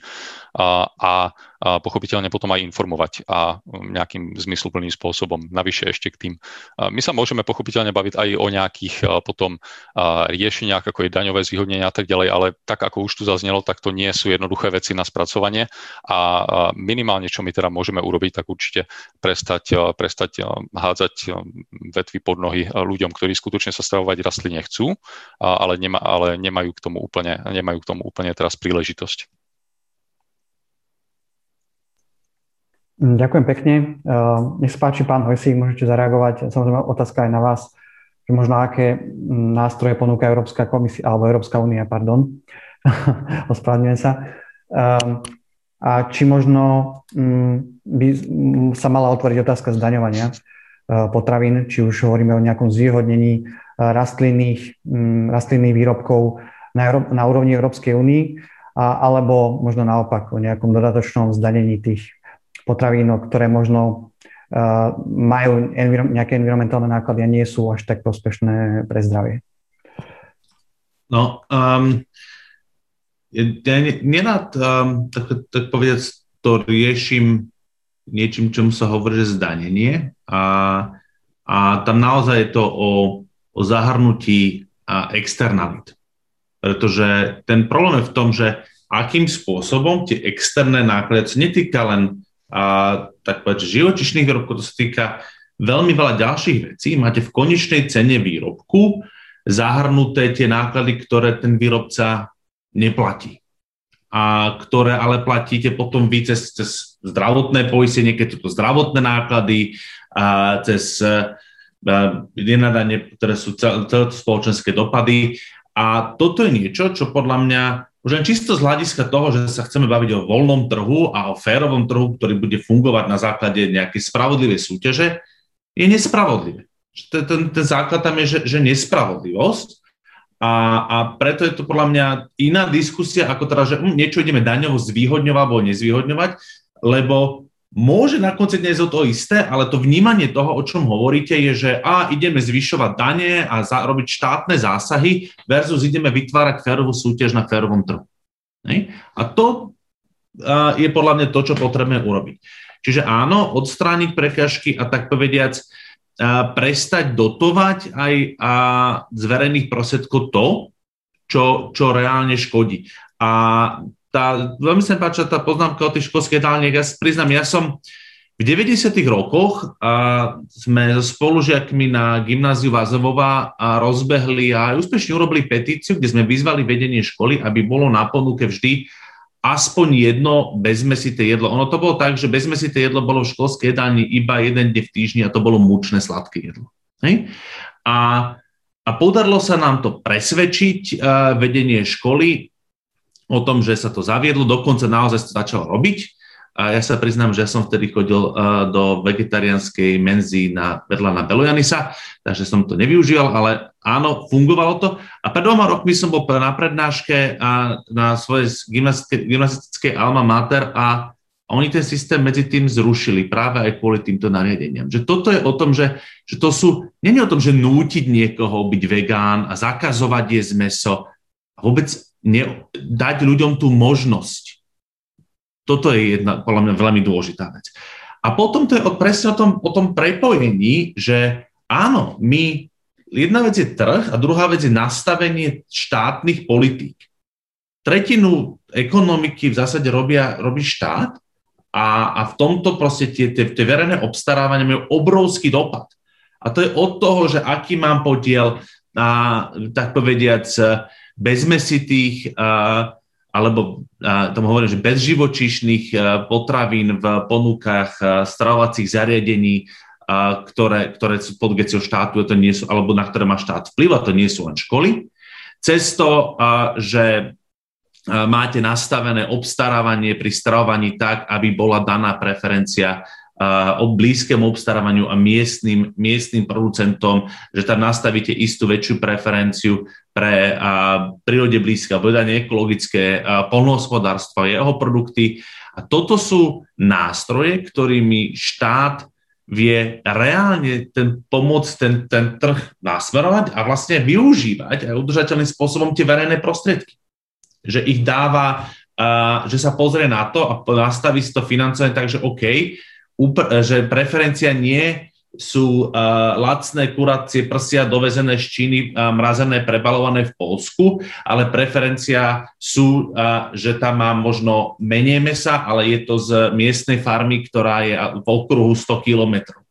a pochopiteľne potom aj informovať a nejakým zmysluplným spôsobom. Navyše ešte k tým. My sa môžeme pochopiteľne baviť aj o nejakých potom riešeniach, ako je daňové zvýhodnenia a tak ďalej, ale tak ako už tu zaznelo, tak to nie sú jednoduché veci na spracovanie a minimálne, čo my teda môžeme urobiť, tak určite prestať hádzať vetvy pod nohy ľuďom, ktorí skutočne sa stravovať rastline chcú, ale nemajú k tomu úplne teraz príležitosť. Ďakujem pekne. Nech sa páči, pán Hojsík, môžete zareagovať. Samozrejme, otázka aj na vás, že možno aké nástroje ponúka Európska komisia, alebo Európska únia, pardon. Ospravedlňujem sa. A či možno by sa mala otvoriť otázka zdaňovania potravín, či už hovoríme o nejakom zvýhodnení rastlinných výrobkov na úrovni Európskej únie, alebo možno naopak o nejakom dodatočnom zdanení tých potravín, ktoré možno majú nejaké environmentálne náklady a nie sú až tak prospešné pre zdravie. No, ja nerád, tak povedať, to riešim niečím, čomu sa hovorí, že zdanenie. A tam naozaj je to o zahrnutí externalit. Pretože ten problém je v tom, že akým spôsobom tie externé náklady, to netýka len tak povedať, živočíšnych výrobkov, to sa týka veľmi veľa ďalších vecí. Máte v konečnej cene výrobku zahrnuté tie náklady, ktoré ten výrobca neplatí. A ktoré ale platíte potom vy cez zdravotné poistenie, keď sú to zdravotné náklady, cez nenadanie, ktoré sú celospoločenské dopady. A toto je niečo, čo podľa mňa už len čisto z hľadiska toho, že sa chceme baviť o voľnom trhu a o férovom trhu, ktorý bude fungovať na základe nejakej spravodlivej súťaže, je nespravodlivé. Ten základ tam je, že nespravodlivosť a preto je to podľa mňa iná diskusia, ako teda, že niečo ideme daňovo zvýhodňovať alebo nezvýhodňovať, lebo môže na konci dnes o to isté, ale to vnímanie toho, o čom hovoríte, je, že ideme zvyšovať dane a robiť štátne zásahy versus ideme vytvárať férovú súťaž na férovom trhu. A to je podľa mňa to, čo potrebujeme urobiť. Čiže áno, odstrániť prekážky a tak povediac prestať dotovať aj z verejných prostriedkov to, čo reálne škodí. A veľmi sa mi páčila tá poznámka o tých školských jedálniach. Ja priznám, ja som v 90. rokoch sme so spolužiakmi na gymnáziu Vazovova rozbehli a úspešne urobili petíciu, kde sme vyzvali vedenie školy, aby bolo na ponuke vždy aspoň jedno bezmäsité jedlo. Ono to bolo tak, že bezmäsité jedlo bolo v školskej jedálni iba jeden deň v týždni a to bolo múčne sladké jedlo. A podarilo sa nám to presvedčiť vedenie školy o tom, že sa to zaviedlo, dokonca naozaj sa začalo robiť. A ja sa priznám, že ja som vtedy chodil do vegetariánskej menzy vedľa na Belojanisa, takže som to nevyužíval, ale áno, fungovalo to. A pred 2 rokmi som bol na prednáške na svojej gymnastickej alma mater a oni ten systém medzi tým zrušili práve aj kvôli týmto nariadeniam. Že toto je o tom, že to sú, nie je o tom, že nútiť niekoho byť vegán a zakazovať jesť mäso a vôbec dať ľuďom tú možnosť. Toto je jedna, podľa mňa, veľmi dôležitá vec. A potom to je presne o tom prepojení, že áno, jedna vec je trh a druhá vec je nastavenie štátnych politík. Tretinu ekonomiky v zásade robí štát a v tomto proste tie verejné obstarávania majú obrovský dopad. A to je od toho, že aký mám podiel tak povediac bezmäsitých alebo tomu hovorím, že bez živočíšnych potravín v ponukách stravovacích zariadení, ktoré sú pod geciou štátu, to nie sú, alebo na ktoré má štát vplyv, a to nie sú len školy. Cez to, že máte nastavené obstarávanie pri stravovaní tak, aby bola daná preferencia o blízkému obstarávaniu a miestnym producentom, že tam nastavíte istú väčšiu preferenciu pre prírode blízke alebo ekologické poľnohospodárstvo a jeho produkty. A toto sú nástroje, ktorými štát vie reálne pomôcť ten trh nasmerovať a vlastne využívať aj udržateľným spôsobom tie verejné prostriedky. Že ich dáva, že sa pozrie na to a nastaví si to financovanie tak, že OK, že preferencia nie sú lacné kuracie prsia dovezené z Číny, mrazené, prebalované v Poľsku, ale preferencia sú, že tam mám možno menej mäsa, ale je to z miestnej farmy, ktorá je v okruhu 100 kilometrov.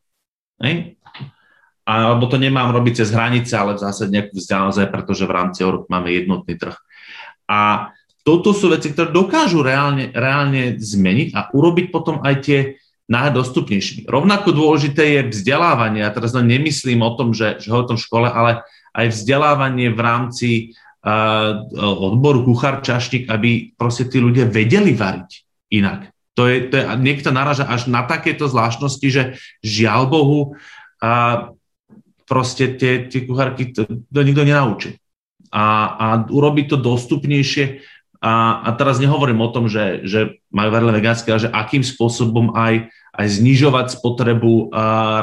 Alebo to nemám robiť cez hranice, ale v zásade nejakú vzdialenosť, pretože v rámci Európy máme jednotný trh. A toto sú veci, ktoré dokážu reálne zmeniť a urobiť potom aj tie najdostupnejšími. Rovnako dôležité je vzdelávanie. Ja teraz nemyslím o tom, že ho v tom škole, ale aj vzdelávanie v rámci odboru kuchár, čašník, aby proste tí ľudia vedeli variť inak. Niekto naráža až na takéto zvláštnosti, že žiaľ Bohu, proste tie kuchárky to nikto nenaučí. A urobiť to dostupnejšie. A teraz nehovorím o tom, že majú veľa vegánske, ale že akým spôsobom aj znižovať spotrebu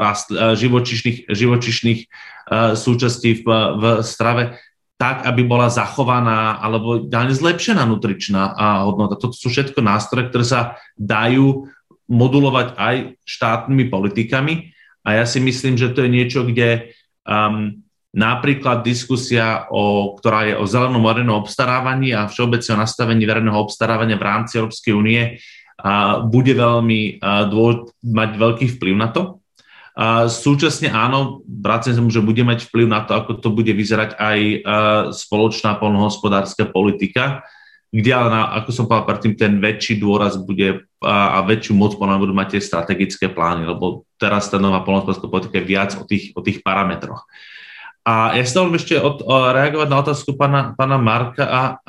živočíšnych súčastí v strave tak, aby bola zachovaná alebo zlepšená nutričná hodnota. Toto sú všetko nástroje, ktoré sa dajú modulovať aj štátnymi politikami. A ja si myslím, že to je niečo, kde napríklad diskusia, ktorá je o zelenom verejnom obstarávaní a všeobecného nastavení verejného obstarávania v rámci Európskej únie, bude veľmi mať veľký vplyv na to. Súčasne áno, vracem sa mu, že bude mať vplyv na to, ako to bude vyzerať aj spoločná poľnohospodárska politika, kde ale, ako som povedal predtým, ten väčší dôraz bude a väčšiu moc budú mať tie strategické plány, lebo teraz tá nová poľnohospodárska politika je viac o tých parametroch. A ja si dovolím ešte reagovať na otázku pána Marka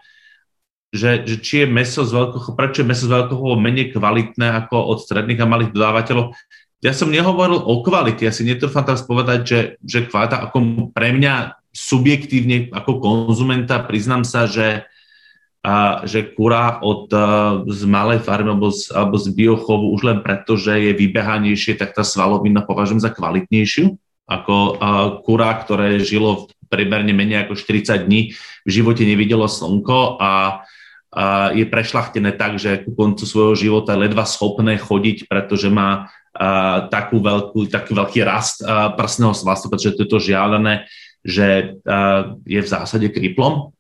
že či je meso z veľkochovu, prečo je meso z veľkochovu menej kvalitné ako od stredných a malých dodávateľov. Ja som nehovoril o kvalite, ja si netrúfam teraz povedať, že kvalita, ako pre mňa subjektívne ako konzumenta, priznám sa, že kura z malej farmy alebo z biochovu už len preto, že je vybehanejšie, tak tá svalovina považujem za kvalitnejšiu ako kura, ktoré žilo primerne menej ako 40 dní, v živote nevidelo slnko a je prešľachtené tak, že ku koncu svojho života je ledva schopné chodiť, pretože má taký veľký rast prsného svalstva, pretože to je to žiadané, že je v zásade kriplom.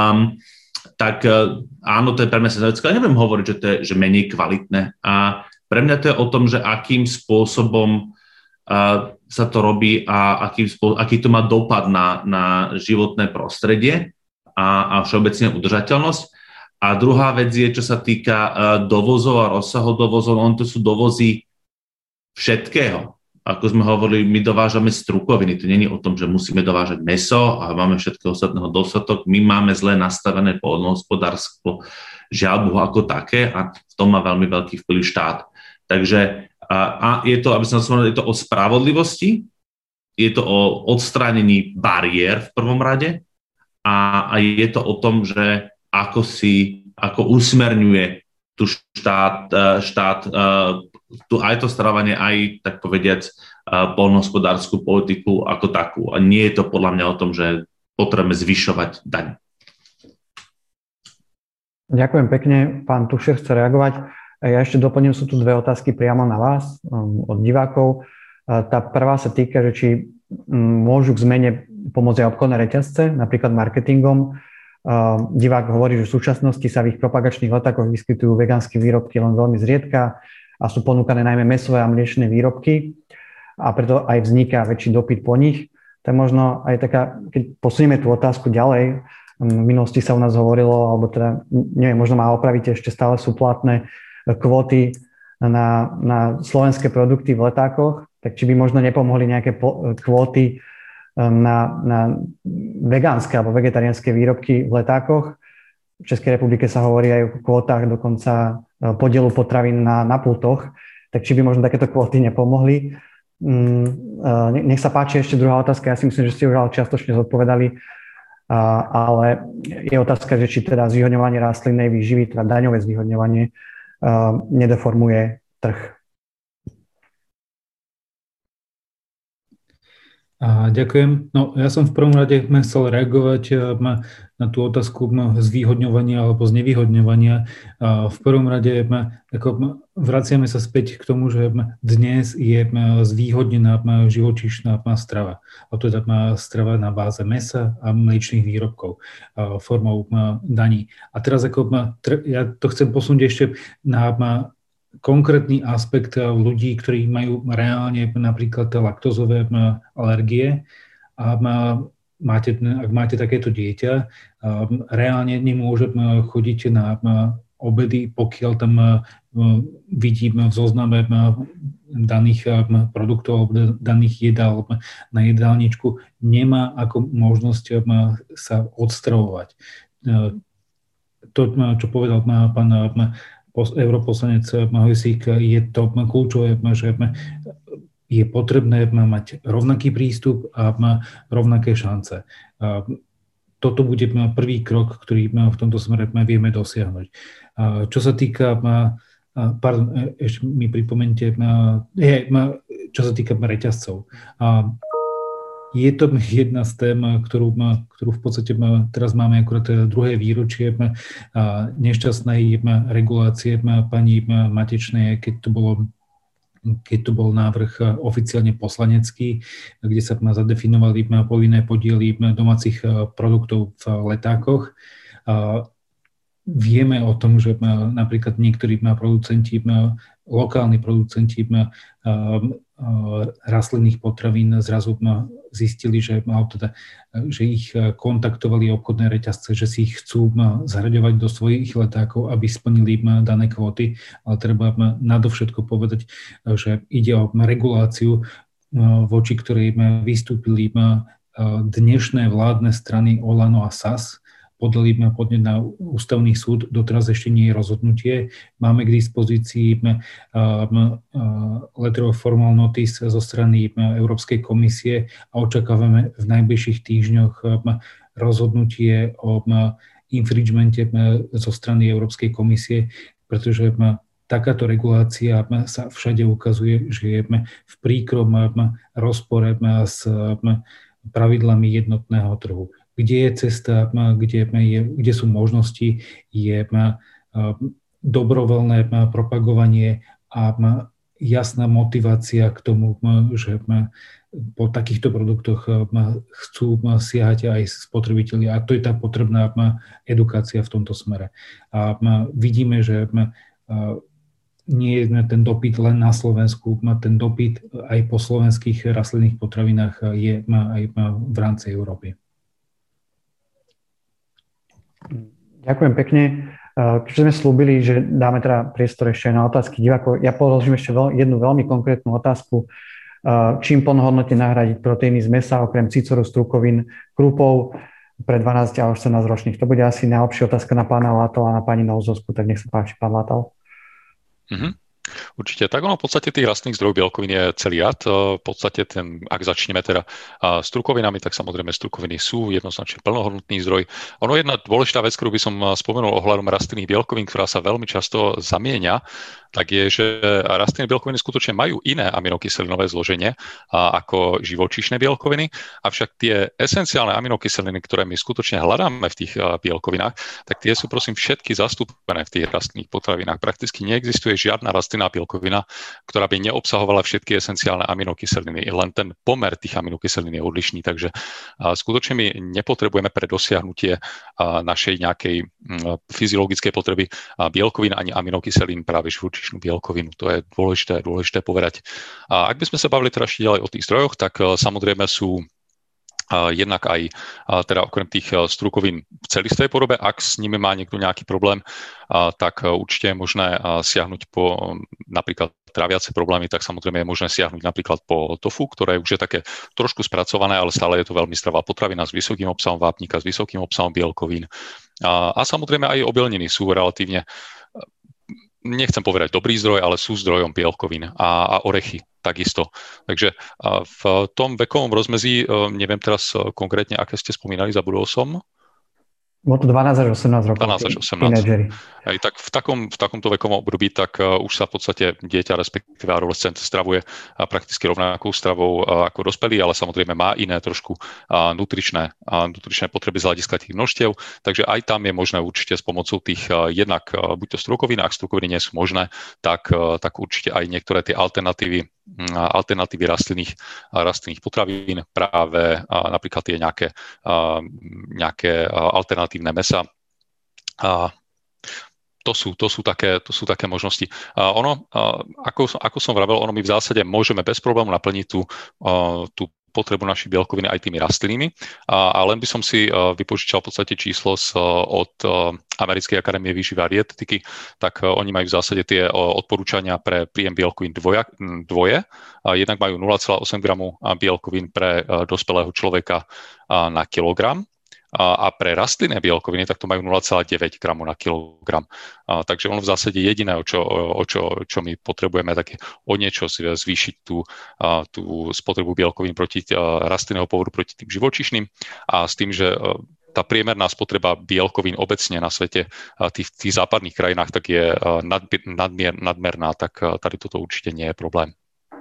Tak áno, to je pre mňa senzorická, ale neviem hovoriť, že to je že menej kvalitné. A pre mňa to je o tom, že akým spôsobom sa to robí a aký to má dopad na životné prostredie a všeobecne udržateľnosť. A druhá vec je, čo sa týka dovozov a rozsahov dovozov, to sú dovozy všetkého. Ako sme hovorili, my dovážame strukoviny. To nie je o tom, že musíme dovážať mäso a máme všetkého ostatného dostatok. My máme zle nastavené poľnohospodárstvo, žiaľ Bohu, ako také, a v tom má veľmi veľký vplyv štát. Takže je to, aby som povedal, je to o spravodlivosti, je to o odstránení bariér v prvom rade a je to o tom, že ako usmerňuje tu štát aj to stravanie, aj tak povediac poľnohospodársku politiku ako takú. A nie je to podľa mňa o tom, že potrebujeme zvyšovať daň. Ďakujem pekne. Pán Tušer chce reagovať. Ja ešte doplním, sú tu dve otázky priamo na vás od divákov. Tá prvá sa týka, že či môžu k zmene pomôcť aj obchodné reťazce, napríklad marketingom. Divák hovorí, že v súčasnosti sa v ich propagačných letákoch vyskytujú vegánske výrobky len veľmi zriedka a sú ponúkané najmä mäsové a mliečne výrobky a preto aj vzniká väčší dopyt po nich. Tak možno aj taká, keď posunieme tú otázku ďalej, v minulosti sa u nás hovorilo, alebo teda, neviem, možno ma opravíte, ešte stále sú platné kvóty na slovenské produkty v letákoch, tak či by možno nepomohli nejaké kvóty na vegánske alebo vegetariánske výrobky v letákoch. V Českej republike sa hovorí aj o kvótach, dokonca podielu potravín na pultoch, tak či by možno takéto kvóty nepomohli. Nech sa páči ešte druhá otázka, ja si myslím, že ste už ale čiastočne zodpovedali, ale je otázka, že či teda zvýhodňovanie rastlinnej výživy, teda daňové zvýhodňovanie, nedeformuje trh. Ďakujem. No, ja som v prvom rade chcel reagovať na tú otázku zvýhodňovania alebo znevýhodňovania. V prvom rade vraciame sa späť k tomu, že dnes je zvýhodnená živočíšna strava. A to je strava na báze mäsa a mliečnych výrobkov formou daní. A teraz ja to chcem posunúť ešte na konkrétny aspekt ľudí, ktorí majú reálne napríklad laktózové alergie a ak máte takéto dieťa, reálne nemôžem chodiť na obedy, pokiaľ tam vidím v zozname daných produktov alebo daných jedál na jedálničku, nemá ako možnosť sa odstravovať. To, čo povedal pán europoslanec Hojsík, je to kľúčové, že je potrebné mať rovnaký prístup a rovnaké šance. Toto bude prvý krok, ktorý v tomto smere vieme dosiahnuť. Čo sa týka, ešte mi pripomente, čo sa týka reťazcov. Je to jedna z tém, ktorú v podstate teraz máme akurát druhé výročie nešťastnej regulácie pani Matečnej, keď to bol návrh oficiálne poslanecký, kde sa zadefinovali povinné podiely domácich produktov v letákoch. Vieme o tom, že napríklad niektorí producenti, lokálni producenti rastlinných potravín zrazu zistili, že ich kontaktovali obchodné reťazce, že si ich chcú zaraďovať do svojich letákov, aby splnili dané kvóty, ale treba nadovšetko povedať, že ide o reguláciu, voči ktorej vystúpili dnešné vládne strany Olano a SAS. Podali podnet na ústavný súd, doteraz ešte nie je rozhodnutie. Máme k dispozícii letter of formal notice zo strany Európskej komisie a očakávame v najbližších týždňoch rozhodnutie o infringemente zo strany Európskej komisie, pretože takáto regulácia sa všade ukazuje, že je v príkrom rozpore s pravidlami jednotného trhu. Kde je cesta, kde sú možnosti, je dobrovoľné propagovanie a jasná motivácia k tomu, že po takýchto produktoch chcú siahať aj spotrebitelia. A to je tá potrebná edukácia v tomto smere. A vidíme, že nie je ten dopyt len na Slovensku, ten dopyt aj po slovenských rastlinných potravinách je aj v rámci Európy. Ďakujem pekne. Keďže sme slúbili, že dáme teda priestor ešte na otázky divákov, ja položím ešte jednu veľmi konkrétnu otázku. Čím plnohodnotne nahradiť proteíny z mäsa, okrem cicoru, strukovín, krupov pre 12 a 18 ročných? To bude asi najlepšia otázka na pána Látala a na pani Nouzovskú, tak nech sa páči, pán Látal. Určite. Tak ono v podstate tých rastlinných zdrojov bielkovín je celý rad. V podstate ak začneme teda strukovinami, tak samozrejme strukoviny sú jednoznačne plnohodnotný zdroj. Ono jedna dôležitá vec, ktorú by som spomenul ohľadom rastlinných bielkovín, ktorá sa veľmi často zamieňa, tak je, že rastlinné bielkoviny skutočne majú iné aminokyselinové zloženie ako živočíšne bielkoviny, avšak tie esenciálne aminokyseliny, ktoré my skutočne hľadáme v tých bielkovinách, tak tie sú prosím všetky zastúpené v tých rastlinných potravinách. Prakticky neexistuje žiadna rastlinná bielkovina, ktorá by neobsahovala všetky esenciálne aminokyseliny. Len ten pomer tých aminokyselín je odlišný, takže skutočne my nepotrebujeme pre dosiahnutie našej nejakej fyziologickej potreby bielkovín ani aminokyselín práve živočíšnu bielkovinu. To je dôležité povedať. A ak by sme sa bavili teda ešte ďalej o tých zdrojoch, tak samozrejme sú jednak aj teda okrem tých strukovín v celistvej podobe, ak s nimi má niekto nejaký problém, tak určite je možné siahnuť po napríklad tráviace problémy, tak samozrejme je možné siahnuť napríklad po tofu, ktoré už je také trošku spracované, ale stále je to veľmi zdravá potravina s vysokým obsahom vápnika, s vysokým obsahom bielkovín. A samozrejme aj obilniny sú relatívne, nechcem povedať dobrý zdroj, ale sú zdrojom bielkovín a orechy takisto. Takže v tom vekovom rozmezí, neviem teraz konkrétne, aké ste spomínali, zabudol som. Bolo to 12 až 18 rokov. 12 až 18. Aj tak v takomto vekovom období tak už sa v podstate dieťa, respektíve adolescent stravuje prakticky rovnakou stravou ako dospelý, ale samozrejme má iné trošku nutričné potreby z hľadiska tých množstiev, takže aj tam je možné určite s pomocou tých jednak buď to strukovín, ak strukoviny nie sú možné, tak určite aj niektoré tie alternatívy rastlinných potravín, práve napríklad tie nejaké alternatívne mäsa. To sú také možnosti. Ako som vravel, my v zásade môžeme bez problému naplniť tú potrebu našich bielkovín aj tými rastlinými. A len by som si vypožičal v podstate číslo od Americkej akadémie výživy a dietetiky, tak oni majú v zásade tie odporúčania pre príjem bielkovín dvoje. Jednak majú 0,8 gramu bielkovín pre dospelého človeka na kilogram a pre rastlinné bielkoviny tak to majú 0,9 gramu na kilogram. Takže ono v zásade jediné, čo my potrebujeme, tak je o niečo zvýšiť tú spotrebu bielkovín proti rastlinného pôvodu proti tým živočíšnym a s tým, že tá priemerná spotreba bielkovín obecne na svete v tých západných krajinách tak je nadmerná, tak tady toto určite nie je problém.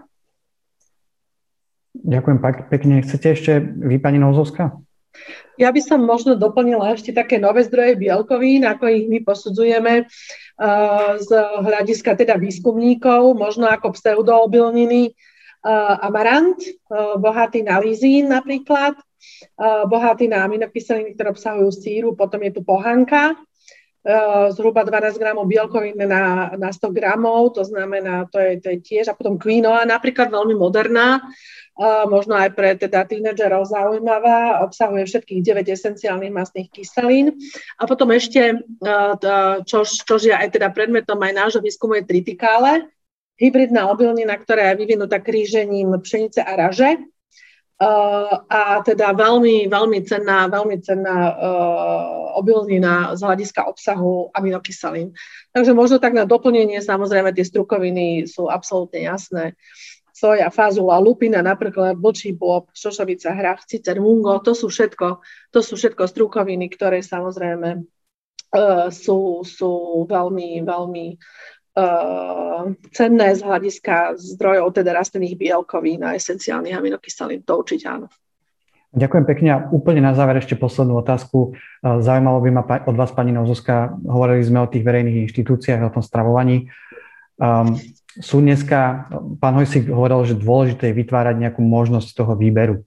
Ďakujem pekne. Chcete ešte vy, pani Nouzovská? Ja by som možno doplnila ešte také nové zdroje bielkovín, ako ich my posudzujeme z hľadiska teda výskumníkov, možno ako pseudoobilniny, amarant, bohatý na lizín napríklad, bohatý na aminokyseliny, ktoré obsahujú síru, potom je tu pohanka, zhruba 12 gramov bielkovín na 100 gramov, to znamená, to je tiež, a potom quinoa, napríklad veľmi moderná, možno aj pre teda tínedžerov zaujímavá, obsahuje všetkých 9 esenciálnych mastných kyselín. A potom ešte, čo je aj teda predmetom aj nášho výskumu, je tritikále, hybridná obilnina, ktorá je vyvinutá krížením pšenice a raže. A teda veľmi, veľmi cenná obilnina z hľadiska obsahu aminokyselín. Takže možno tak na doplnenie, samozrejme tie strukoviny sú absolútne jasné. Soja, fazula, lupina, napríklad vlčí bôb, šošovica, hrách, cicer, mungo, to sú všetko strukoviny, ktoré samozrejme sú veľmi, veľmi cenné z hľadiska zdrojov, teda rastlinných bielkovín a esenciálnych aminokyselín, to určite áno. Ďakujem pekne a úplne na záver ešte poslednú otázku. Zaujímalo by ma od vás, pani Nouzovská, hovorili sme o tých verejných inštitúciách, o tom stravovaní. Sú dneska, pán Hojsík hovoril, že dôležité je vytvárať nejakú možnosť toho výberu.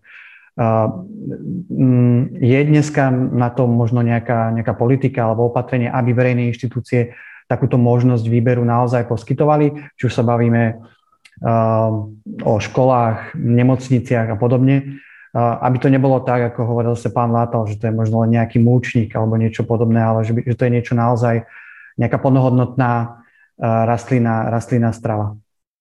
Je dneska na to možno nejaká politika alebo opatrenie, aby verejné inštitúcie takúto možnosť výberu naozaj poskytovali, či už sa bavíme o školách, nemocniciach a podobne, aby to nebolo tak, ako hovoril sa pán Látal, že to je možno len nejaký múčnik alebo niečo podobné, ale že to je niečo naozaj, nejaká plnohodnotná rastlinná strava.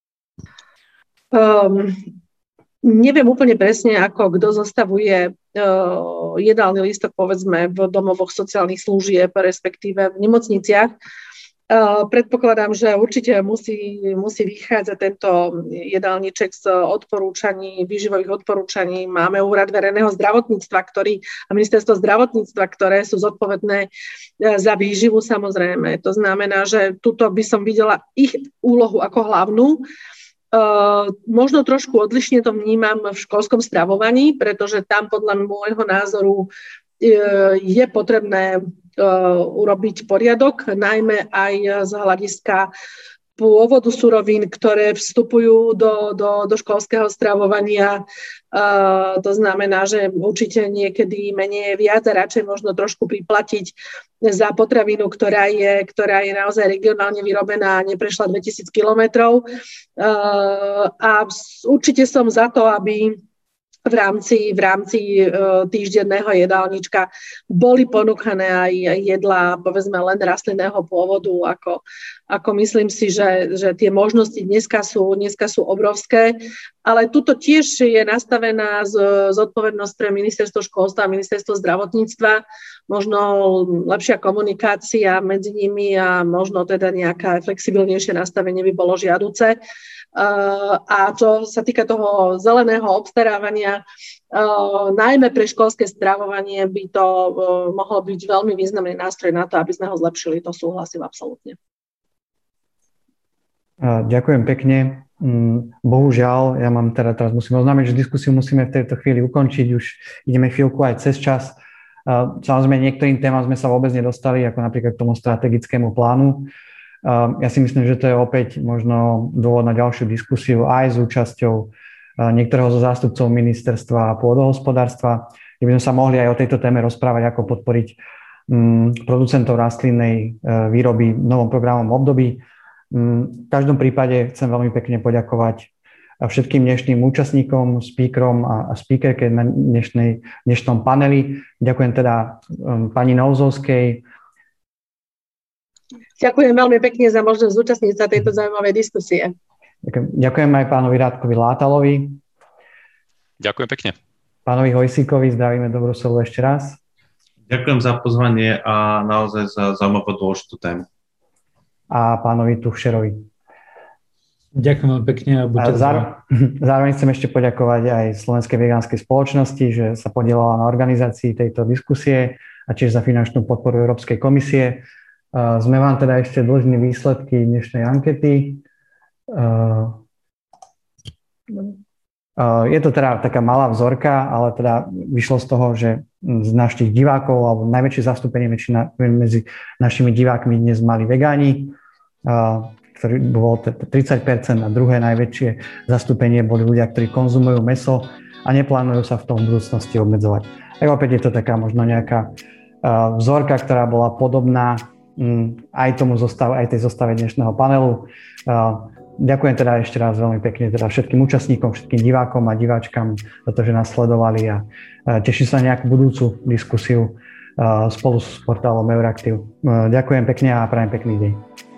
Neviem úplne presne, ako kto zostavuje jedálny lístok, povedzme, v domovoch sociálnych služieb, respektíve v nemocniciach. Predpokladám, že určite musí vychádzať tento jedálniček z odporúčaní, výživových odporúčaní. Máme Úrad verejného zdravotníctva, a ministerstvo zdravotníctva, ktoré sú zodpovedné za výživu, samozrejme. To znamená, že tuto by som videla ich úlohu ako hlavnú. Možno trošku odlišne to vnímam v školskom stravovaní, pretože tam podľa môjho názoru je potrebné urobiť poriadok, najmä aj z hľadiska pôvodu surovín, ktoré vstupujú do školského stravovania. To znamená, že určite niekedy menej je viac a radšej možno trošku priplatiť za potravinu, ktorá je naozaj regionálne vyrobená a neprešla 2000 kilometrov. A určite som za to, aby v rámci týždenného jedálnička boli ponúkané aj jedlá, povedzme, len rastlinného pôvodu, ako myslím si, že tie možnosti dneska sú obrovské, ale tuto tiež je nastavená zodpovednosť pre ministerstvo školstva a ministerstvo zdravotníctva, možno lepšia komunikácia medzi nimi a možno teda nejaké flexibilnejšie nastavenie by bolo žiaduce. A čo sa týka toho zeleného obstarávania, najmä pre školské stravovanie by to mohlo byť veľmi významný nástroj na to, aby sme ho zlepšili. To súhlasím absolútne. Ďakujem pekne. Bohužiaľ, ja mám teraz musím oznámiť, že diskusiu musíme v tejto chvíli ukončiť. Už ideme chvíľku aj cez čas. Samozrejme, niektorým témam sme sa vôbec nedostali, ako napríklad k tomu strategickému plánu. Ja si myslím, že to je opäť možno dôvod na ďalšiu diskusiu aj s účasťou niektorého zo zástupcov ministerstva pôdohospodárstva, kde by sme sa mohli aj o tejto téme rozprávať, ako podporiť producentov rastlinnej výroby v novom programovom období. V každom prípade chcem veľmi pekne poďakovať všetkým dnešným účastníkom, speakerom a speakerke na dnešnom paneli. Ďakujem teda pani Nouzovskej. Ďakujem veľmi pekne za možnosť zúčastniť sa tejto zaujímavej diskusie. Ďakujem aj pánovi Rádkovi Látalovi. Ďakujem pekne. Pánovi Hojsíkovi zdravíme do Bruselu ešte raz. Ďakujem za pozvanie a naozaj za zaujímavú dôležitú tému. A pánovi Tuchscherovi. Ďakujem veľmi pekne. Zároveň chcem ešte poďakovať aj Slovenskej vegánskej spoločnosti, že sa podielala na organizácii tejto diskusie a tiež za finančnú podporu Európskej komisie. Sme vám teda ešte dlžní výsledky dnešnej ankety. Je to teda taká malá vzorka, ale teda vyšlo z toho, že z našich divákov, alebo najväčšie zastúpenie medzi našimi divákmi dnes mali vegáni, ktorý bolo 30%, a druhé najväčšie zastúpenie boli ľudia, ktorí konzumujú mäso a neplánujú sa v tom v budúcnosti obmedzovať. Tak opäť je to taká možno nejaká vzorka, ktorá bola podobná aj tej zostave dnešného panelu. Ďakujem teda ešte raz veľmi pekne teda všetkým účastníkom, všetkým divákom a diváčkam za to, že nás sledovali, a teším sa na nejakú budúcu diskusiu spolu s portálom Euraktiv. Ďakujem pekne a prajem pekný deň.